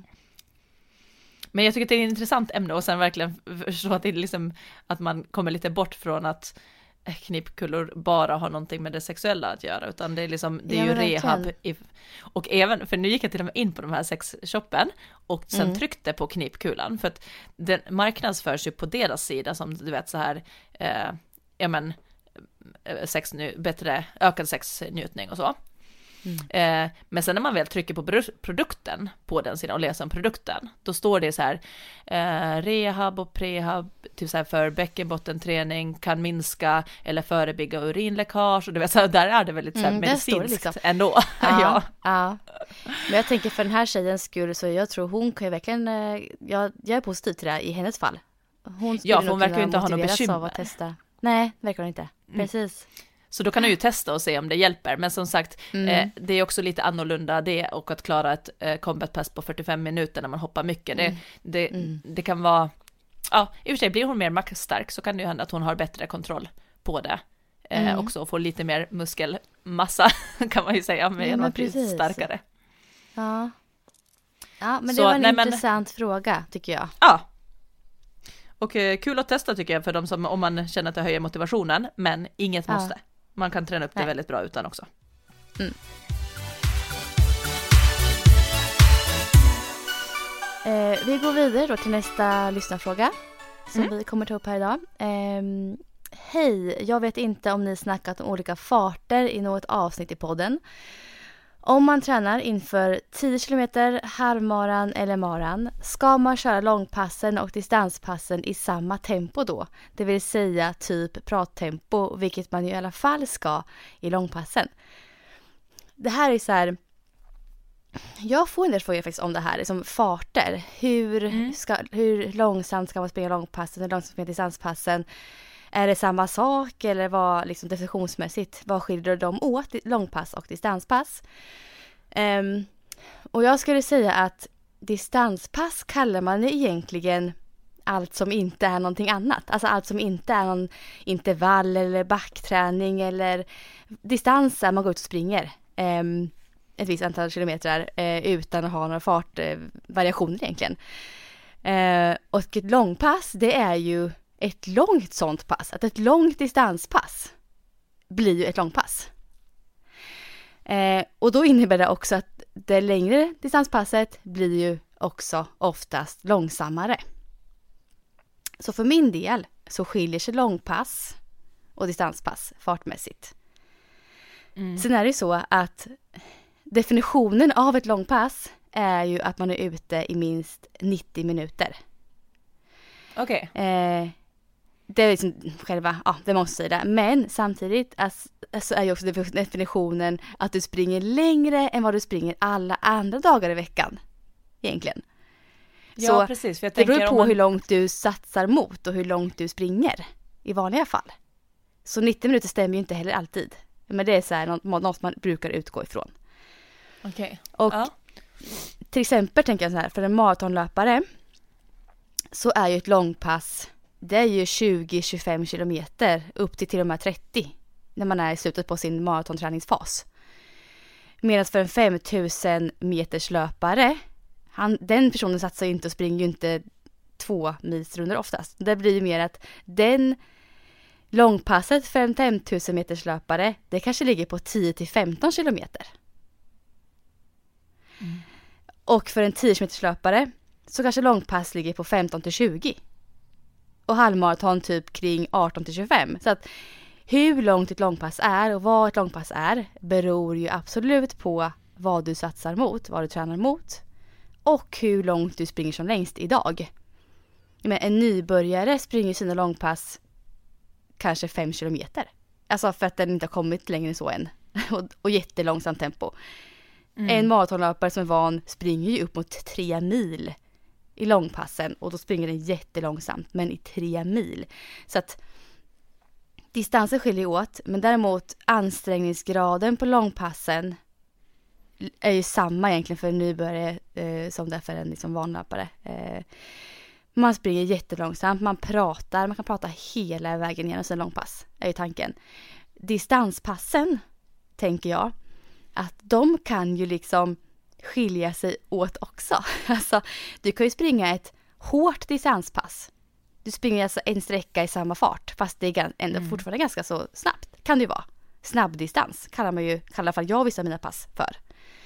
Men jag tycker att det är ett intressant ämne, och sen verkligen förstå att, det är liksom, att man kommer lite bort från att knipkullor bara har någonting med det sexuella att göra, utan det är liksom, det är Ja, ju verkligen. rehab i, och även, för nu gick jag till och med in på de här sexshoppen och sen Mm. tryckte på knipkulan, för att den marknadsförs ju på deras sida som du vet så här, eh, ja men sex, bättre, ökad sexnjutning och så. Mm. Eh, men sen när man väl trycker på bru- produkten på den sidan och läser om produkten, då står det så här eh, rehab och prehab typ så här för bäckenbottenträning, kan minska eller förebygga urinläckage, och du vet, så här, där är det väldigt så här, Mm, där står det medicinskt liksom. ändå. Ja, ja. ja. Men jag tänker för den här tjejens skull, så jag tror hon kan ju verkligen, eh, jag, jag är positiv till det här i hennes fall. Hon skulle Ja, för nog hon verkar ju kunna inte ha något motiveras bekymmer. av att testa. Nej, verkar hon inte. Mm. Precis. Så då kan du ju testa och se om det hjälper, men som sagt, Mm. eh, det är också lite annorlunda det, och att klara ett eh, combat pass på fyrtiofem minuter när man hoppar mycket, Mm. det, det, Mm. det kan vara, ja, i och för sig blir hon mer maxstark så kan det ju hända att hon har bättre kontroll på det, eh, Mm. också, och får lite mer muskelmassa kan man ju säga, med Ja, genom men att bli precis. starkare. Ja. Ja, men Så, det var en nej, men- intressant fråga tycker jag. Ja. Och eh, kul att testa tycker jag, för de som, om man känner att det höjer motivationen, men inget Ja. måste. Man kan träna upp det Nej. väldigt bra utan också. Eh, vi går vidare då till nästa lyssnarfråga som Mm. vi kommer ta upp här idag. Ehm, Hej, jag vet inte om ni snackat om olika farter i något avsnitt i podden. Om man tränar inför tio kilometer, halvmaran eller maran, ska man köra långpassen och distanspassen i samma tempo då? Det vill säga typ prattempo, vilket man ju i alla fall ska i långpassen. Det här är så här... Jag får en del frågor faktiskt om det här, liksom farter. Hur, Mm. ska, hur långsamt ska man springa långpassen, hur långsamt springa distanspassen? Är det samma sak eller vad liksom definitionsmässigt, vad skiljer de åt, långpass och distanspass? Um, och jag skulle säga att distanspass kallar man ju egentligen allt som inte är någonting annat. Alltså allt som inte är någon intervall eller backträning eller distans där man går ut och springer. Um, ett visst antal kilometer eh, utan att ha några fartvariationer eh, egentligen. Eh, och ett långpass, det är ju ett långt sånt pass. Att ett långt distanspass blir ju ett långpass. Eh, och då innebär det också att det längre distanspasset blir ju också oftast långsammare. Så för min del så skiljer sig långpass och distanspass fartmässigt. Mm. Sen är det så att definitionen av ett långpass är ju att man är ute i minst nittio minuter. Okej. Eh, det är liksom själva, ja det måste säga det. Men samtidigt alltså, alltså är ju också definitionen att du springer längre än vad du springer alla andra dagar i veckan. Egentligen. Ja, Så precis. För jag det beror tänker på om man... hur långt du satsar mot och hur långt du springer i vanliga fall. Så nittio minuter stämmer ju inte heller alltid. Men det är så här något, något man brukar utgå ifrån. Okej. Och Ja. till exempel tänker jag så här, för en maratonlöpare så är ju ett långpass, det är ju tjugo till tjugofem kilometer upp till till och med trettio när man är i slutet på sin maratonträningsfas. Medan för en femtusen meters löpare, han, den personen satsar ju inte och springer ju inte två milsrundor oftast. Det blir ju mer att den långpasset för en femtusen meters löpare, det kanske ligger på tio till femton kilometer. Mm. Och för en tio kilometers löpare så kanske långpass ligger på femton till tjugo. Och halvmaraton typ kring arton till tjugofem. Så att hur långt ett långpass är och vad ett långpass är beror ju absolut på vad du satsar mot, vad du tränar mot och hur långt du springer som längst idag. Men en nybörjare springer sina långpass kanske fem kilometer. Alltså för att den inte har kommit längre än så än. och, och jättelångsamt tempo. Mm. En maratonlöpare som är van springer ju upp mot tre mil i långpassen och då springer den jättelångsamt men i tre mil. Så att distansen skiljer åt, men däremot ansträngningsgraden på långpassen är ju samma egentligen för en nybörjare eh, som det är för en liksom vanlöpare. Eh, man springer jättelångsamt, man pratar, man kan prata hela vägen genom sin långpass, är ju tanken. Distanspassen, tänker jag, att de kan ju liksom skilja sig åt också. Alltså, du kan ju springa ett hårt distanspass Du springer alltså en sträcka i samma fart, fast det är ändå mm. fortfarande ganska så snabbt. Kan det ju vara. Snabbdistans kallar man ju, kallar i alla fall jag vissa av mina pass för.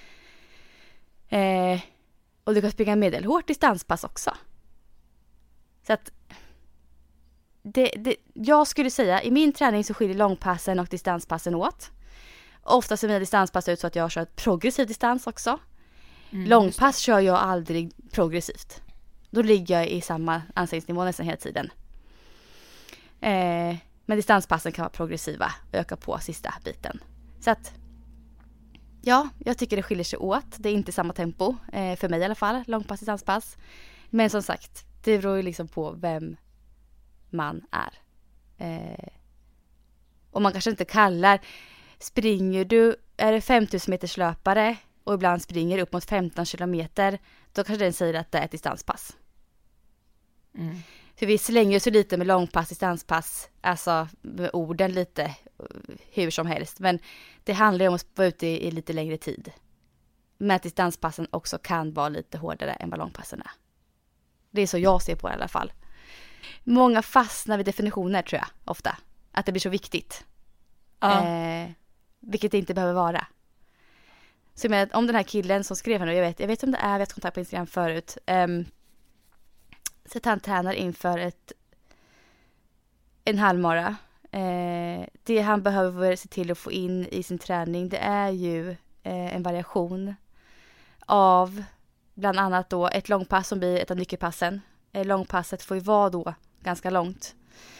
Eh, och du kan springa medelhårt distanspass också. Så att det, det, jag skulle säga, i min träning så skiljer långpassen och distanspassen åt. Ofta ser mina distanspass ut så att jag kör ett progressiv distans också. Mm, Långpass kör jag aldrig progressivt. Då ligger jag i samma ansträngningsnivå nästan hela tiden. Eh, men distanspassen kan vara progressiva och öka på sista biten. Så att, ja, jag tycker det skiljer sig åt. Det är inte samma tempo, eh, för mig i alla fall, långpass, distanspass. Men som sagt, det beror ju liksom på vem man är. Eh, och man kanske inte kallar, springer du, är det femtusen meters löpare och ibland springer upp mot femton kilometer, då kanske den säger att det är ett distanspass. Mm. För vi slänger så lite med långpass, distanspass, alltså med orden lite hur som helst. Men det handlar ju om att vara ute i, i lite längre tid. Men att distanspassen också kan vara lite hårdare än vad långpassen är. Det är så jag ser på det i alla fall. Många fastnar vid definitioner tror jag ofta. Att det blir så viktigt. Ja. Eh, vilket det inte behöver vara. Så jag menar, om den här killen som skrev här nu, jag vet, jag vet om det är, vi har haft kontakt på Instagram förut. Um, så att han tränar inför ett, en halvmara. Eh, det han behöver se till att få in i sin träning, det är ju eh, en variation av bland annat då ett långpass som blir ett av nyckelpassen. Eh, långpasset får ju vara då ganska långt.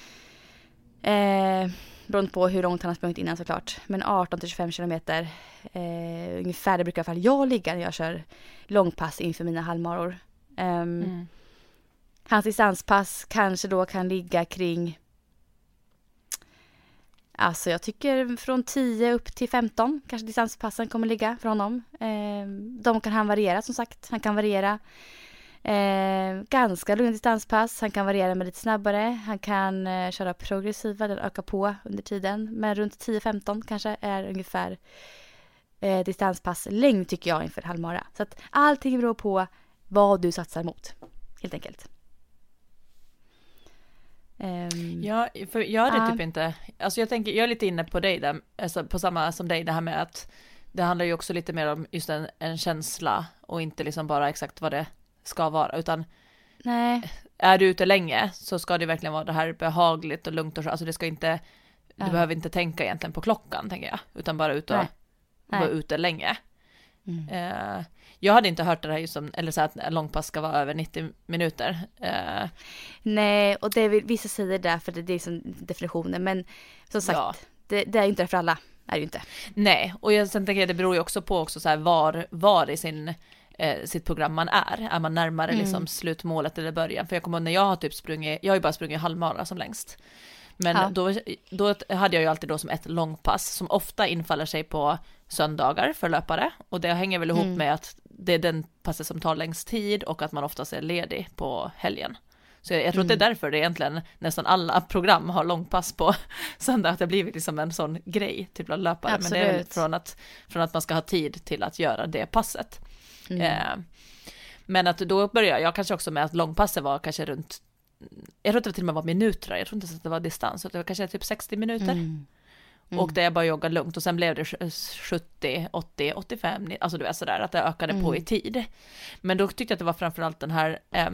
Eh, beroende på hur långt han har sprungit innan såklart. Men arton till tjugofem kilometer. Eh, ungefär, det brukar i alla fall jag ligga när jag kör långpass inför mina halvmaror. Um, mm. Hans distanspass kanske då kan ligga kring, alltså jag tycker från tio upp till femton kanske distanspassen kommer ligga för honom. Eh, de kan han variera som sagt. Han kan variera eh, ganska lugna distanspass. Han kan variera med lite snabbare. Han kan eh, köra progressiva, den ökar på under tiden. Men runt tio femton kanske är ungefär eh, distanspasslängd tycker jag inför halvmara. Så att allting beror på vad du satsar mot, helt enkelt. Um, ja, för jag är det uh. typ inte, alltså jag tänker, jag är lite inne på dig där, alltså på samma som dig, det här med att det handlar ju också lite mer om just en, en känsla och inte liksom bara exakt vad det ska vara, utan nej. Är du ute länge så ska det verkligen vara det här behagligt och lugnt och så, alltså det ska inte, du uh. behöver inte tänka egentligen på klockan tänker jag, utan bara ut och nej. vara nej. ute länge. Mm. Uh, jag hade inte hört det här just som, eller så att en långpass ska vara över nittio minuter. Uh, Nej, och det är vissa säger där för det, det är som definitionen, men som sagt, ja. det, det är ju inte för alla, är det ju inte. Nej, och jag sen tänker jag det beror ju också på också så här var, var i sin, eh, sitt program man är. Är man närmare mm. liksom slutmålet eller början? För jag kommer ihåg när jag har typ sprungit, jag har ju bara sprungit halvmara som längst. Men ja. då, då hade jag ju alltid då som ett långpass som ofta infaller sig på söndagar för löpare. Och det hänger väl ihop mm. med att det är den passet som tar längst tid och att man oftast är ledig på helgen. Så jag, jag tror mm. att det är därför det egentligen nästan alla program har långpass på söndag. Att det har blivit liksom en sån grej till bland löpare. Absolut. Men det är väl från att, från att man ska ha tid till att göra det passet. Mm. Eh, men att då börjar jag kanske också med att långpasset var kanske runt, jag tror att det till och med var minuter, jag tror inte att det var distans, så det var kanske typ sextio minuter. Mm. Mm. Och det jag bara jogga lugnt och sen blev det sjuttio, åttio, åttiofem, alltså du vet sådär, att det ökade mm. på i tid. Men då tyckte jag att det var framförallt den här eh,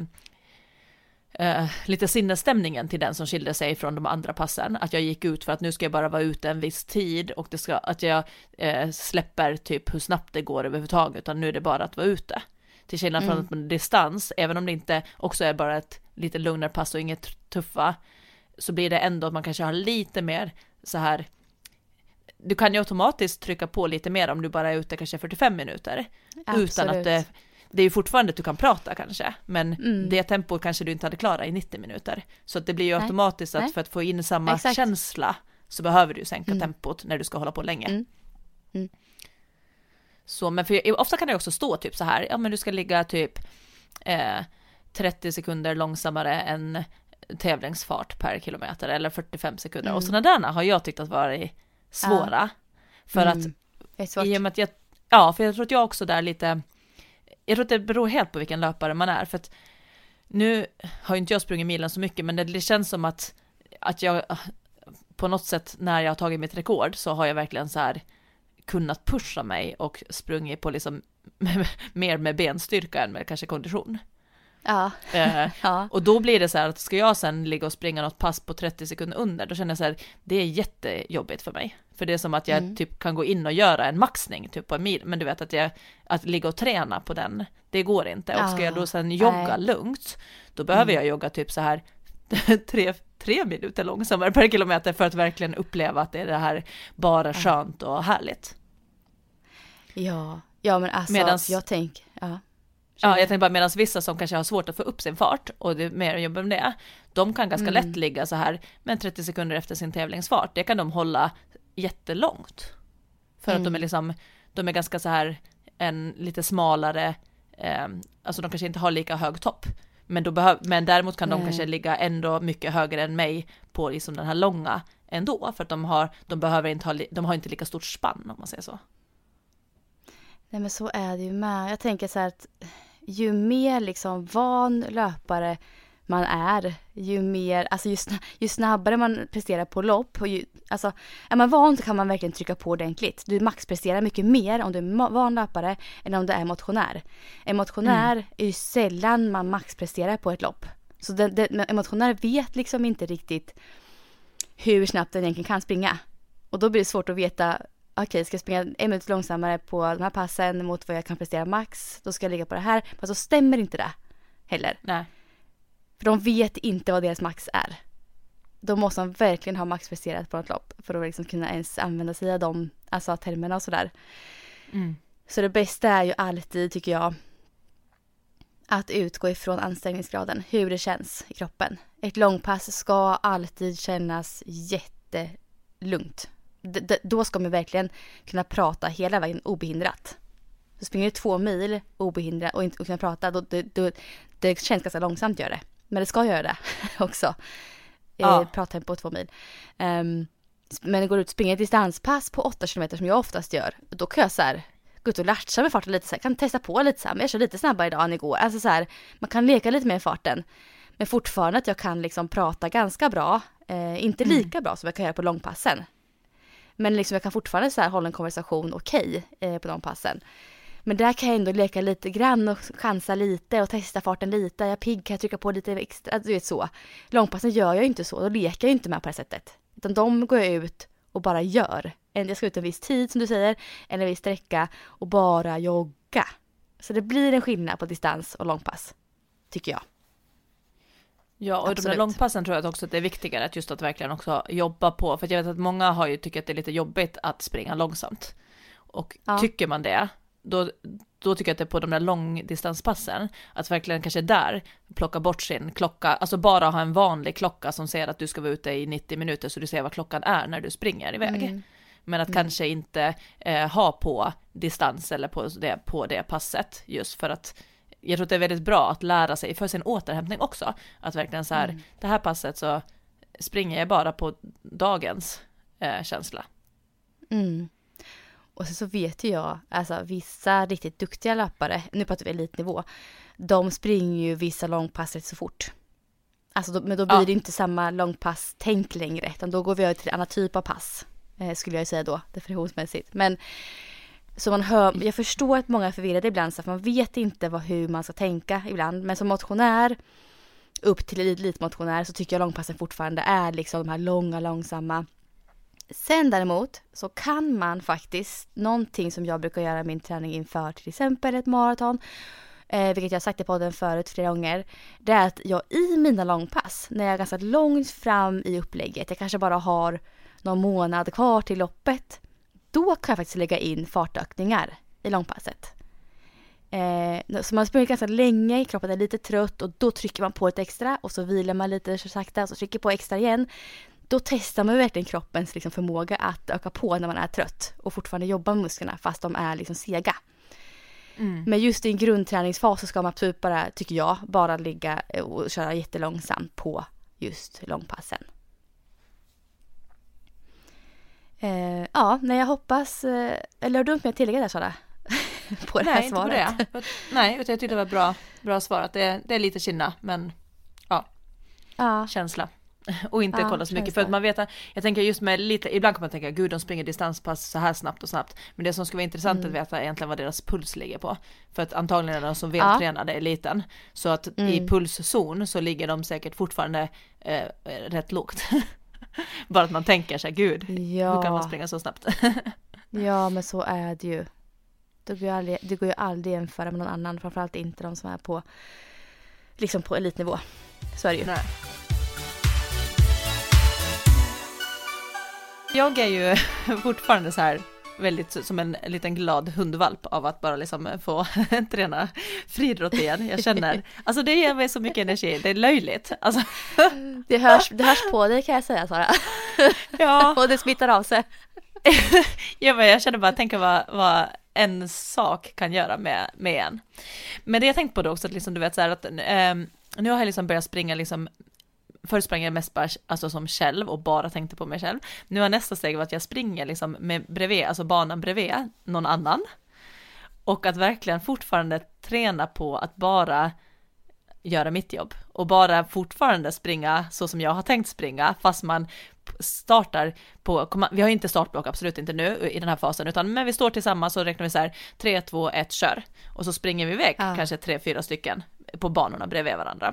eh, lite sinnesstämningen till den som skilde sig från de andra passen. Att jag gick ut för att nu ska jag bara vara ute en viss tid och det ska, att jag eh, släpper typ hur snabbt det går överhuvudtaget, utan nu är det bara att vara ute. Till skillnad från mm. att distans, även om det inte också är bara ett lite lugnare pass och inget tuffa, så blir det ändå att man kanske har lite mer så här, du kan ju automatiskt trycka på lite mer om du bara är ute kanske fyrtiofem minuter. Absolut. Utan att det, det är ju fortfarande att du kan prata kanske, men mm. det tempot kanske du inte hade klarat i nittio minuter. Så att det blir ju Nej. automatiskt att Nej. för att få in samma Exakt. känsla så behöver du sänka mm. tempot när du ska hålla på länge. Mm. Mm. Så, men för, ofta kan det också stå typ så här, ja men du ska ligga typ eh, trettio sekunder långsammare än tävlingsfart per kilometer eller fyrtiofem sekunder. Mm. Och sådana där har jag tyckt att vara svåra. Ja. För mm. att, i och med att jag, ja, för jag tror att jag också där lite, jag tror att det beror helt på vilken löpare man är. För att nu har ju inte jag sprungit milen så mycket, men det, det känns som att, att jag på något sätt när jag har tagit mitt rekord så har jag verkligen så här kunnat pusha mig och sprungit på liksom mer med benstyrka än med kanske kondition. Ja. Eh, ja. Och då blir det så här att ska jag sen ligga och springa något pass på trettio sekunder under, då känner jag så här, det är jättejobbigt för mig. För det är som att jag Mm. typ kan gå in och göra en maxning typ på en mil, men du vet att jag att ligga och träna på den, det går inte. Och ska jag då sen jogga nej. lugnt, då behöver Mm. jag jogga typ så här tre, tre minuter långsammare per kilometer för att verkligen uppleva att det är det här bara skönt och härligt. Ja, ja men alltså Medans- jag tänker, ja. Ja, jag tänker bara medan vissa som kanske har svårt att få upp sin fart och det är mer jobb med det, de kan ganska Mm. lätt ligga så här med trettio sekunder efter sin tävlingsfart. Det kan de hålla jättelångt. För Mm. att de är liksom, de är ganska så här en lite smalare, eh, alltså de kanske inte har lika hög topp. Men, då behöv, men däremot kan de Nej. kanske ligga ändå mycket högre än mig på liksom den här långa ändå. För att de har, de behöver inte ha, li- de har inte lika stort spann om man säger så. Nej men så är det ju med. Jag tänker så här att ju mer liksom van löpare man är, ju mer, alltså ju, sn- ju snabbare man presterar på lopp, och ju, alltså är man van så kan man verkligen trycka på ordentligt. Du maxpresterar mycket mer om du är ma- van löpare än om du är motionär. En motionär Mm. är ju sällan man maxpresterar på ett lopp. Så den, den, en motionär vet liksom inte riktigt hur snabbt den egentligen kan springa. Och då blir det svårt att veta, okej, okay, ska jag springa en minut långsammare på de här passen mot vad jag kan prestera max, då ska jag ligga på det här. Men så stämmer inte det heller. Nej. För de vet inte vad deras max är. Då måste de verkligen ha maxpresterat på något lopp för att liksom kunna ens använda sig av de alltså, termerna och sådär. Mm. Så det bästa är ju alltid, tycker jag, att utgå ifrån ansträngningsgraden, hur det känns i kroppen. Ett långpass ska alltid kännas jättelugnt. D- d- då ska man verkligen kunna prata hela vägen obehindrat. Så springer du två mil obehindrat och inte och kunna prata, då, då, då, det känns ganska långsamt gör det. Men det ska göra det också. Ja. Eh, prata på två mil. Um, men det går ut och springer ett distanspass på åtta kilometer som jag oftast gör. Då kan jag så här gå ut och latcha med farten lite så här, kan testa på lite så här, men jag kör lite snabbare idag än igår. Alltså så här, man kan leka lite med farten. Men fortfarande att jag kan liksom prata ganska bra. Eh, inte lika bra som jag kan göra på långpassen. Men liksom jag kan fortfarande så här hålla en konversation okej eh, på de passen. Men där kan jag ändå leka lite grann och chansa lite och testa farten lite. Jag pigg, kan jag trycka på lite extra, du vet så. Långpassen gör jag inte så, då leker jag inte med på det sättet. Utan de går jag ut och bara gör. Jag ska ut en viss tid som du säger, eller en viss sträcka och bara jogga. Så det blir en skillnad på distans och långpass, tycker jag. Ja, och de där Absolut. långpassen tror jag också att det är viktigare att just att verkligen också jobba på. För jag vet att många har ju tyckt att det är lite jobbigt att springa långsamt. Och Ja. tycker man det, då, då tycker jag att det är på de där långdistanspassen, att verkligen kanske där plocka bort sin klocka, alltså bara ha en vanlig klocka som säger att du ska vara ute i nittio minuter så du ser vad klockan är när du springer iväg. Mm. Men att Mm. kanske inte eh, ha på distans eller på det, på det passet, just för att jag tror att det är väldigt bra att lära sig för sin återhämtning också. Att verkligen så här, Mm. det här passet så springer jag bara på dagens eh, känsla. Mm. Och så, så vet ju jag, alltså vissa riktigt duktiga löpare, nu pratar vi elitnivå, de springer ju vissa långpass rätt så fort. Alltså då, men då blir Ja. det inte samma långpass-tänk längre, utan då går vi över till en annan typ av pass, eh, skulle jag ju säga då, definitionsmässigt. Men så man hör, jag förstår att många är förvirrade ibland, så att man vet inte vad, hur man ska tänka ibland, men som motionär, upp till elitmotionär, så tycker jag långpassen fortfarande är liksom de här långa, långsamma. Sen däremot så kan man faktiskt, någonting som jag brukar göra i min träning inför till exempel ett maraton, eh, vilket jag har sagt i podden förut flera gånger, det är att jag i mina långpass, när jag är ganska långt fram i upplägget, jag kanske bara har någon månad kvar till loppet, då kan jag faktiskt lägga in fartökningar i långpasset. Eh, så man springer ganska länge, kroppen är lite trött och då trycker man på ett extra och så vilar man lite så sakta och så trycker på extra igen. Då testar man verkligen kroppens liksom förmåga att öka på när man är trött och fortfarande jobba med musklerna fast de är liksom sega. Mm. Men just i en grundträningsfas så ska man absolut bara, tycker jag, bara ligga och köra jättelångsamt på just långpassen. Eh, ja, när jag hoppas, eh, eller har du något mer att tillägga där, Sara? På det här Nej, inte på svaret? det. Nej, utan jag tyckte det var bra, bra svarat. Det, det är lite kinna, men ja, Ja. känsla. Och inte Ja, kolla så mycket. känsla. För att man vet att, jag tänker just med lite, ibland kan man tänka, gud de springer distanspass så här snabbt och snabbt. Men det som skulle vara intressant Mm. att veta är egentligen vad deras puls ligger på. För att antagligen är de som Ja. vältränade är liten. Så att Mm. i pulszon så ligger de säkert fortfarande eh, rätt lågt. Bara att man tänker sig, gud, Ja. hur kan man springa så snabbt? Ja, men så är det ju. Det går ju aldrig, det går ju aldrig att jämföra med någon annan. Framförallt inte de som är på, liksom på elitnivå. Så är det ju. Nej. Jag är ju fortfarande så här väldigt som en liten glad hundvalp av att bara liksom få träna friidrott igen. Jag känner, alltså det ger mig så mycket energi, det är löjligt. Alltså, Det hörs, det hörs på dig kan jag säga, Sara. ja, Och det smittar av sig. ja, men jag känner bara, tänka vad, vad en sak kan göra med, med en. Men det jag tänkt på då också, att liksom, du vet så här att eh, nu har jag liksom börjat springa liksom. Först sprang jag mest bara alltså som själv och bara tänkte på mig själv. Nu har nästa steg varit att jag springer liksom med bredvid, alltså banan bredvid någon annan. Och att verkligen fortfarande träna på att bara göra mitt jobb. Och bara fortfarande springa så som jag har tänkt springa, fast man startar på, vi har inte startblock absolut inte nu i den här fasen, utan men vi står tillsammans och räknar vi så här, tre, två, ett, kör. Och så springer vi iväg, Ja. kanske tre, fyra stycken på banorna bredvid varandra.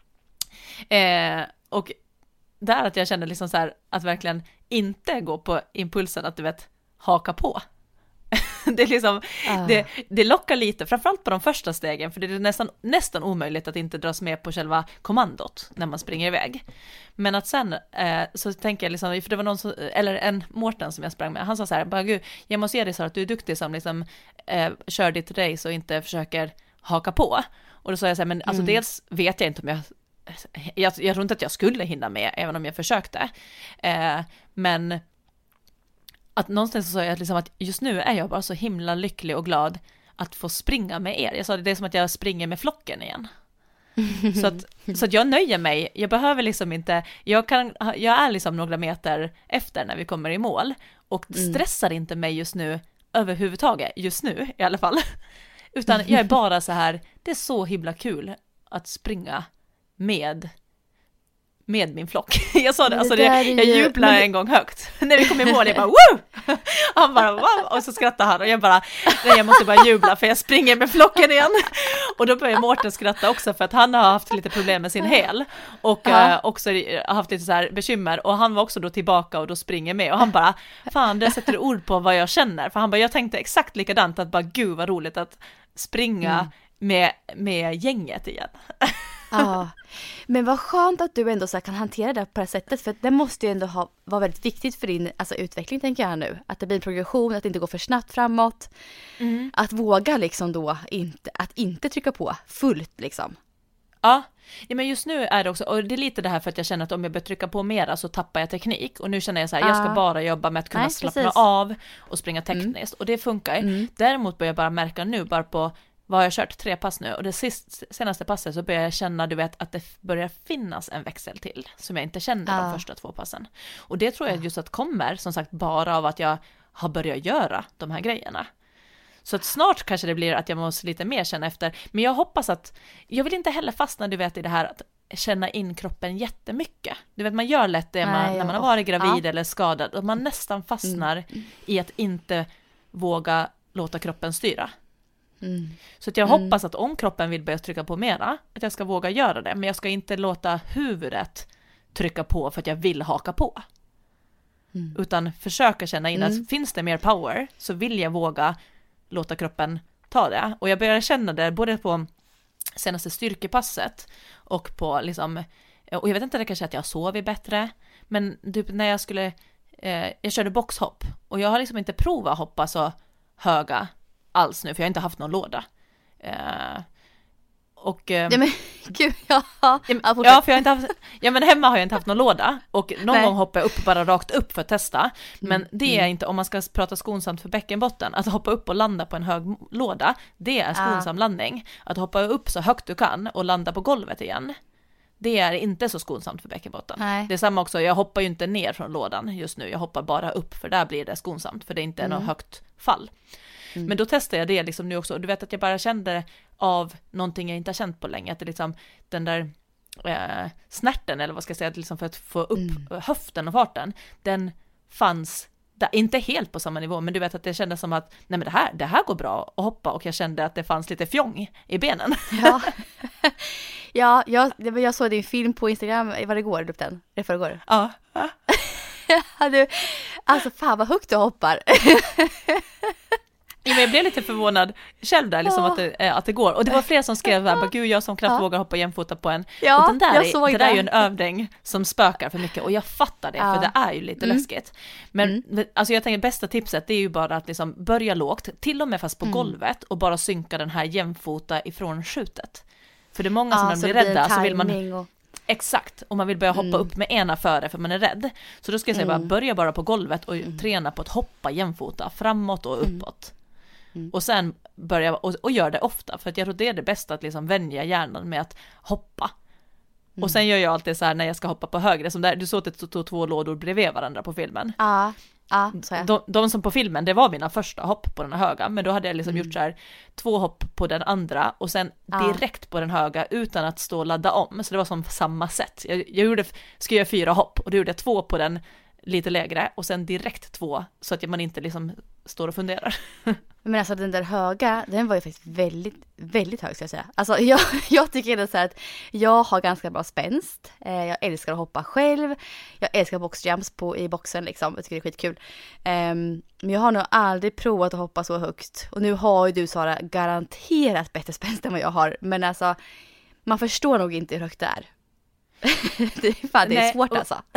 Eh, och där att jag kände liksom så här att verkligen inte gå på impulsen att du vet haka på. Det är liksom Ah. det, det lockar lite, framförallt på de första stegen, för det är nästan, nästan omöjligt att inte dras med på själva kommandot när man springer iväg. Men att sen eh, så tänker jag liksom, för det var någon som, eller en Mårten som jag sprang med, han sa så här, bara gud, jag måste ge dig så att du är duktig som liksom eh, kör ditt race och inte försöker haka på. Och då sa jag så här, men alltså Mm. dels vet jag inte om jag Jag, jag tror inte att jag skulle hinna med även om jag försökte. Eh, men att någonstans så sa jag liksom att just nu är jag bara så himla lycklig och glad att få springa med er. Jag sa det är som att jag springer med flocken igen. Så att, så att jag nöjer mig. Jag behöver liksom inte, jag, kan, jag är liksom några meter efter när vi kommer i mål och Mm. stressar inte mig just nu överhuvudtaget, just nu i alla fall. Utan jag är bara så här, det är så himla kul att springa med med min flock. Jag sa det, Men alltså det det, där är jag ju- jublade men det- en gång högt. När vi kom i mål, jag bara woo! Han bara wow! Och så skrattade han och jag bara, nej jag måste bara jubla för jag springer med flocken igen. Och då började Mårten skratta också för att han har haft lite problem med sin häl och Ja. eh, också haft lite så här bekymmer och han var också då tillbaka och då springer med och han bara, fan det sätter ord på vad jag känner. För han bara, jag tänkte exakt likadant att bara gud vad roligt att springa Mm. med, med gänget igen. Ja, men vad skönt att du ändå så här kan hantera det på det här sättet, för det måste ju ändå ha, vara väldigt viktigt för din alltså, utveckling tänker jag nu. Att det blir en progression, att det inte går för snabbt framåt. Att våga liksom då inte, att inte trycka på fullt liksom. Ja. Ja, men just nu är det också, och det är lite det här för att jag känner att om jag börjar trycka på mera så tappar jag teknik. Och nu känner jag så här, jag ska Ah. bara jobba med att kunna Nej, slappna precis. av och springa tekniskt. Och det funkar. Mm. Däremot börjar jag bara märka nu, bara på, vad har jag kört? Tre pass nu. Och det sist, senaste passet så börjar jag känna, du vet, att det börjar finnas en växel till. Som jag inte kände Ah. de första två passen. Och det tror jag just att kommer, som sagt, bara av att jag har börjat göra de här grejerna. Så att snart kanske det blir att jag måste lite mer känna efter. Men jag hoppas att, jag vill inte heller fastna, du vet, i det här att känna in kroppen jättemycket. Du vet, man gör lätt det man, Nej, när man har och- varit gravid ja. eller skadad. Och man nästan fastnar i att inte våga låta kroppen styra. Mm. Så att jag Mm. hoppas att om kroppen vill börja trycka på mera, att jag ska våga göra det. Men jag ska inte låta huvudet trycka på för att jag vill haka på. Mm. Utan försöka känna in Mm. att finns det mer power så vill jag våga låta kroppen ta det. Och jag börjar känna det både på senaste styrkepasset och på liksom, och jag vet inte, det kanske är att jag sover bättre, men typ när jag skulle eh, jag körde boxhopp och jag har liksom inte provat hoppa så höga alls nu, för jag har inte haft någon låda. Eh, och eh, Ja, men gud, ja. Ja, Ja, men, fortsätt. ja, för jag har inte haft, ja, men hemma har jag inte haft någon låda och någon Nej. gång hoppar jag upp bara rakt upp för att testa, men Mm, det är mm. inte, om man ska prata skonsamt för bäckenbotten, att hoppa upp och landa på en hög m- låda, det är skonsam landning. Att hoppa upp så högt du kan och landa på golvet igen, det är inte så skonsamt för bäckenbotten. Nej. Det är samma också, jag hoppar ju inte ner från lådan just nu, jag hoppar bara upp, för där blir det skonsamt, för det är inte Mm. något högt fall. Mm. Men då testade jag det liksom nu också. Och du vet att jag bara kände av någonting jag inte har känt på länge. Att det liksom, den där eh, snärten, eller vad ska jag säga, liksom för att få upp mm. höften och farten, den fanns där, inte helt på samma nivå, men du vet att det kändes som att nej men det här, det här går bra att hoppa, och jag kände att det fanns lite fjong i benen. Ja, ja jag, jag såg din film på Instagram, var det igår, upp den? Det förrgår? Ja. Ja, du, alltså fan vad högt du hoppar. Ja, men jag blev lite förvånad själv där, liksom, ja. att, det, att det går. Och det var fler som skrev att gud, jag som knappt ja. vågar hoppa jämfota på en. Ja, och den där, jag är, såg det det. där är ju en övning som spökar för mycket. Och jag fattar det, ja. för det är ju lite mm. läskigt. Men mm. alltså jag tänker bästa tipset, det är ju bara att liksom börja lågt, till och med fast på mm. golvet, och bara synka den här jämfota ifrån skjutet. För det är många som ja, när de blir rädda så vill man... Och... Exakt, och man vill börja hoppa mm. upp med ena före för man är rädd. Så då ska jag säga mm. bara, börja bara på golvet och mm. träna på att hoppa jämfota framåt och uppåt. Mm. Och sen börja och, och gör det ofta, för att jag tror det är det bästa, att liksom vänja hjärnan med att hoppa. Mm. Och sen gör jag alltid så här när jag ska hoppa på högre, som där, du såg att det stod två lådor bredvid varandra på filmen. Ja, ja, så jag. De, de som på filmen, det var mina första hopp på den höga, men då hade jag liksom mm. gjort så här två hopp på den andra och sen ja. direkt på den höga utan att stå och ladda om. Så det var som samma sätt. Jag, jag gjorde, skulle göra fyra hopp och då gjorde jag två på den lite lägre och sen direkt två, så att man inte liksom står och funderar. Men alltså den där höga, den var ju faktiskt väldigt, väldigt hög ska jag säga. Alltså jag, jag tycker det så här att jag har ganska bra spänst. Eh, jag älskar att hoppa själv. Jag älskar boxjumps på, i boxen liksom. Jag tycker det är skitkul. Eh, men jag har nog aldrig provat att hoppa så högt. Och nu har ju du, Sara, garanterat bättre spänst än vad jag har. Men alltså, man förstår nog inte hur högt det är. det är, fan, det är Nej, svårt och... alltså.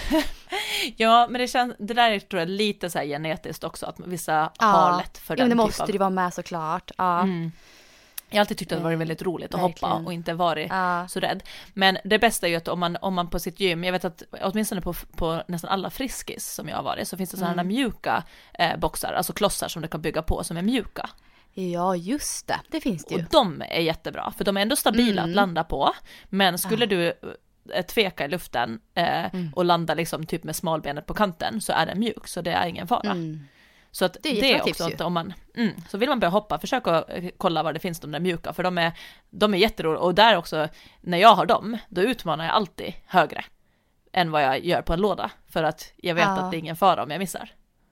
Ja, men det känns, det där är, tror jag, lite så här genetiskt också, att vissa ja. har lätt för den. Ja, men det typ måste av... ju vara med såklart. Ja. Mm. Jag har alltid tyckt att det varit väldigt roligt att Verkligen. hoppa och inte varit ja. så rädd. Men det bästa är ju att om man, om man på sitt gym, jag vet att åtminstone på, på nästan alla Friskis som jag har varit, så finns det sådana mm. mjuka eh, boxar, alltså klossar som du kan bygga på som är mjuka. Ja, just det. Det finns det ju. Och de är jättebra, för de är ändå stabila mm. att landa på. Men skulle ja. du tveka i luften eh, mm. och landa liksom typ med smalbenet på kanten, så är den mjuk, så det är ingen fara. Mm. Så att det är, det är också att om man, mm, så vill man börja hoppa, försök att kolla var det finns de där mjuka, för de är, de är jätteroliga. Och där också, när jag har dem, då utmanar jag alltid högre än vad jag gör på en låda, för att jag vet ja. att det är ingen fara om jag missar.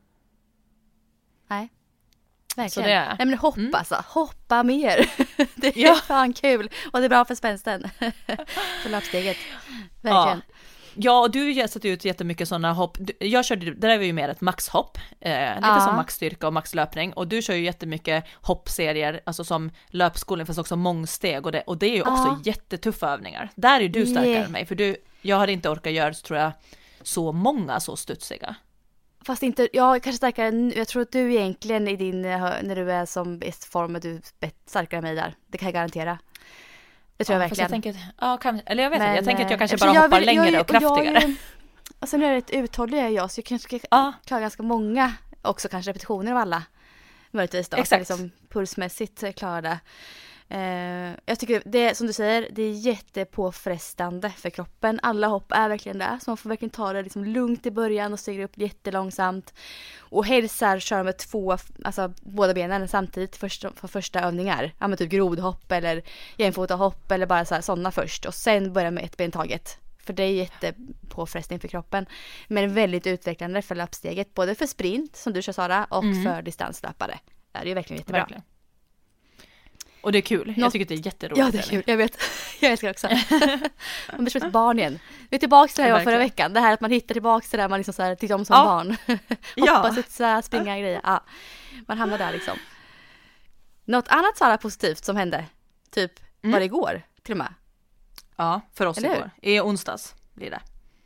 Nej. Verkligen. Så det är... Nej men hoppa mm. alltså, hoppa mer. Det är ja. fan kul. Och det är bra för spänsten. För löpsteget. Verkligen. Ja. Ja, och du har satt ut jättemycket sådana hopp. Jag körde, det där var ju mer ett maxhopp. Eh, lite ja. som maxstyrka och maxlöpning. Och du kör ju jättemycket hoppserier, alltså som löpskolning, fast också mångsteg. Och det, och det är ju också ja. jättetuffa övningar. Där är du starkare yeah. än mig. För du, jag hade inte orkat göra, tror jag, så många så studsiga. Fast inte, jag kanske starkare än, jag tror att du egentligen i din, när du är som bäst form, att du är starkare än mig där. Det kan jag garantera. Det tror ja, jag verkligen. Jag tänker, ja, kan, eller jag vet Men, inte, jag tänker att jag kanske jag bara jag hoppar vill, längre jag, och kraftigare. Jag, och sen är det ett uthållig är jag, så jag kanske ska ja. klara ganska många, också kanske repetitioner av alla. Möjligtvis då, Exakt. Liksom pulsmässigt klara det. Uh, jag tycker det, som du säger, det är jättepåfrestande för kroppen. Alla hopp är verkligen det, så man får verkligen ta det liksom lugnt i början och stiga upp jättelångsamt. Och helst så här, köra med två, alltså båda benen samtidigt för, för första övningar. Ja, men typ grodhopp eller jämfotahopp eller bara så här, sådana först. Och sen börja med ett ben taget. För det är jättepåfrestning för kroppen. Men väldigt utvecklande för löpsteget. Både för sprint, som du kör Sara, och mm. för distanslöpare. Det är ju verkligen jättebra. Verkligen. Och det är kul. Något... Jag tycker det är jätteroligt. Ja, det är kul. Jag vet. Jag älskar det också. Man blir som ett barn igen. Vi är tillbaka till det här jag var förra veckan. Det här att man hittar tillbaka till det där man liksom så här tyckte om som ja. barn. Hoppas, utsa, springa grejer. Ja. Man hamnar där liksom. Något annat Sara positivt som hände? Typ mm. var det igår till och med? Ja, för oss Eller igår. I onsdags blir det.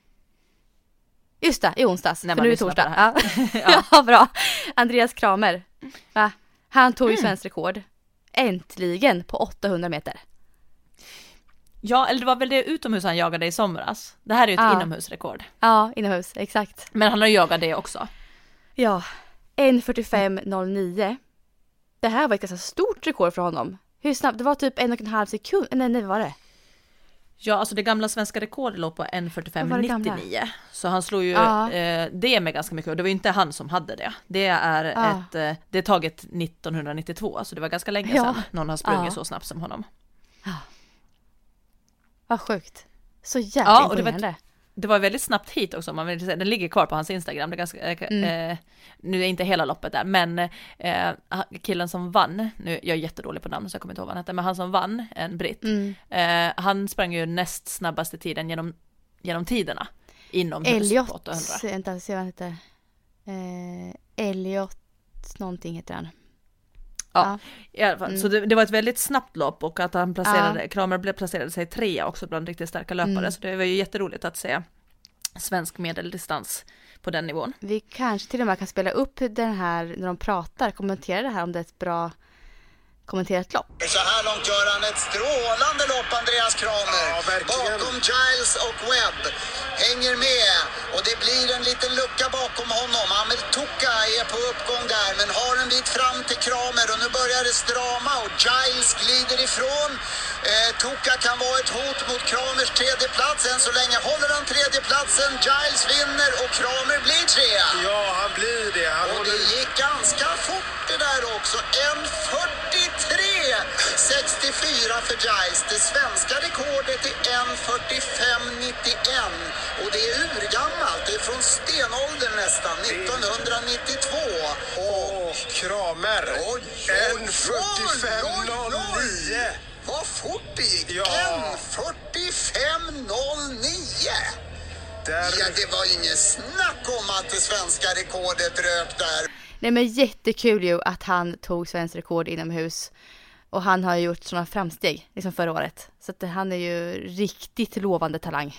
Just det, i onsdags. När för nu är det torsdag. Ja. ja. ja, bra. Andreas Kramer. Va? Han tog ju mm. svensk rekord. Äntligen på åttahundra meter. Ja, eller det var väl det utomhus han jagade i somras. Det här är ju ett ja. inomhusrekord. Ja, inomhus, exakt. Men han har jagat det också. Ja, en fyrtiofem noll nio. Det här var ett ganska stort rekord för honom. Hur snabbt? Det var typ en och en halv sekund. Nej, nej, vad var det? Ja, alltså det gamla svenska rekordet låg på en fyrtiofem nittionio. Så han slog ju ja. eh, det med ganska mycket. Och det var ju inte han som hade det. Det är ja. ett eh, det är taget nittonhundranittiotvå. Så det var ganska länge ja. sedan någon har sprungit ja. så snabbt som honom. Ja. Vad sjukt. Så jävla ja, och det imponerande. var, det var väldigt snabbt hit också. Man vill säga. Den ligger kvar på hans Instagram. Det är ganska, mm. eh, nu är inte hela loppet där. Men eh, killen som vann. Nu jag är jättedålig på namn så jag kommer inte ihåg vad han heter. Men han som vann, en britt. Mm. Eh, han sprang ju näst snabbaste tiden genom, genom tiderna. Inomhus Elliot, på åttahundra. Vänta, se vad han heter. Eh, Elliot någonting heter han. Ja, ja. I alla fall. Mm. Så det, det var ett väldigt snabbt lopp och att han placerade, ja. Kramer blev placerade sig trea också bland riktigt starka löpare. Mm. Så det var ju jätteroligt att se svensk medeldistans på den nivån. Vi kanske till och med kan spela upp den här när de pratar, kommentera det här om det är ett bra kommenterat lopp. Så här långt gör han ett strålande lopp, Andreas Kramer. Ja, bakom Giles och Webb. Hänger med. Och det blir en liten lucka bakom honom. Amel Tuka är på uppgång där. Men har en bit fram till Kramer. Och nu börjar det strama. Och Giles glider ifrån. Eh, Tuka kan vara ett hot mot Kramers tredje plats. Än så länge håller han tredje platsen. Giles vinner och Kramer blir trea. Ja, han blir det. Han och håller... det gick ganska fort det där också. en fyrtiotre sextiofyra för Giles. Det svenska rekordet är en fyrtiofem nittioen. Och det är urgammalt. Det är från stenåldern nästan. nittonhundranittiotvå. Och Kramer. Oj, en fyrtiofem noll nio. Vad fort det gick. Ja. en fyrtiofem noll nio. Där... Ja, det var ingen snack om att det svenska rekordet rök där. Nej, men jättekul ju att han tog svensk rekord inomhus. Och han har gjort sådana framsteg liksom förra året. Så att han är ju riktigt lovande talang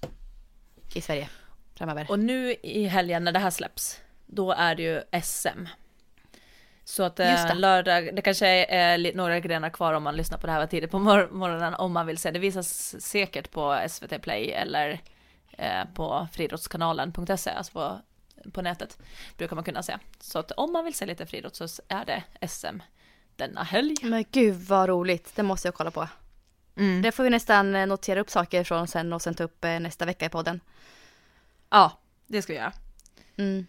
i Sverige framöver. Och nu i helgen när det här släpps, då är det ju S M. Så att det. lördag, det kanske är några grenar kvar om man lyssnar på det här tidigt på mor- morgonen om man vill se. Det visas säkert på S V T Play eller eh, på friidrottskanalen punkt se, alltså på, på nätet brukar man kunna se. Så att om man vill se lite friidrott så är det S M denna helg. Men gud vad roligt, det måste jag kolla på. Mm. Det får vi nästan notera upp saker från sen och sen ta upp nästa vecka i podden. Ja, det ska vi göra. Mm.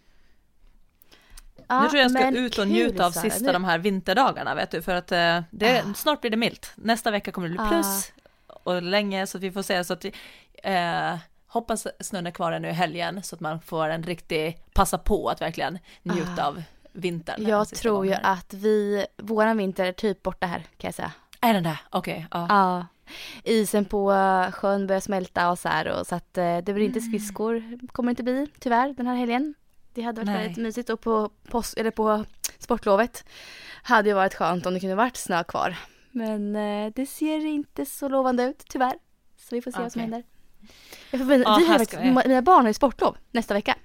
Ja, nu tror jag jag ska ut och njuta av sista nu. De här vinterdagarna, vet du, för att eh, det, ah. snart blir det milt. Nästa vecka kommer det bli plus ah. och länge, så att vi får se, så att vi eh, hoppas snön är kvar nu i helgen så att man får en riktig passa på att verkligen njuta ah. av vintern. Jag tror ju att vi, våran vinter är typ borta här, kan jag säga. Är den där? Okej. Okay, ja. ja. Isen på sjön börjar smälta och så här, och så att det blir inte skridskor, kommer inte bli tyvärr den här helgen. Det hade varit Nej. väldigt mysigt, och på, post, eller på sportlovet hade ju varit skönt om det kunde varit snö kvar. Men eh, det ser inte så lovande ut tyvärr. Så vi får se okay. vad som händer. Jag får, ja, vi har faktiskt, mina barn har ju sportlov nästa vecka.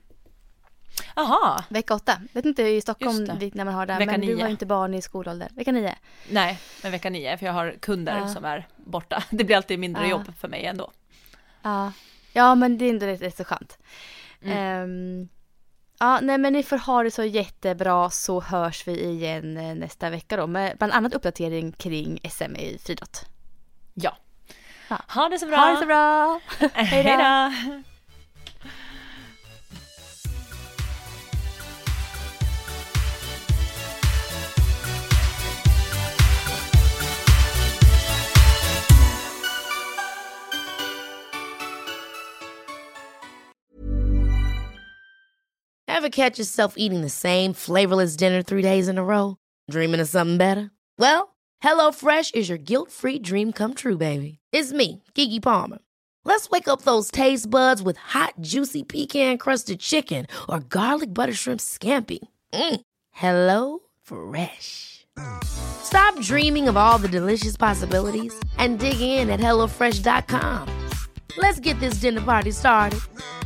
Aha. Vecka åtta. Vet inte i Stockholm när man har det. Vecka men nio. Du har inte barn i skolålder. Vecka nio. Nej, men vecka nio. För jag har kunder ja. som är borta. Det blir alltid mindre ja. jobb för mig ändå. Ja, ja men det är ändå rätt, rätt så skönt. Mm. Um, ja, nej men ni får ha det så jättebra, så hörs vi igen nästa vecka då. Med bland annat uppdatering kring S M i friidrott. Ja. ja. Ha det så bra. Ha det så bra. Hej då. Ever catch yourself eating the same flavorless dinner three days in a row? Dreaming of something better? Well, HelloFresh is your guilt-free dream come true, baby. It's me, Keke Palmer. Let's wake up those taste buds with hot, juicy pecan-crusted chicken or garlic butter shrimp scampi. Mm. Hello Fresh. Stop dreaming of all the delicious possibilities and dig in at hello fresh dot com. Let's get this dinner party started.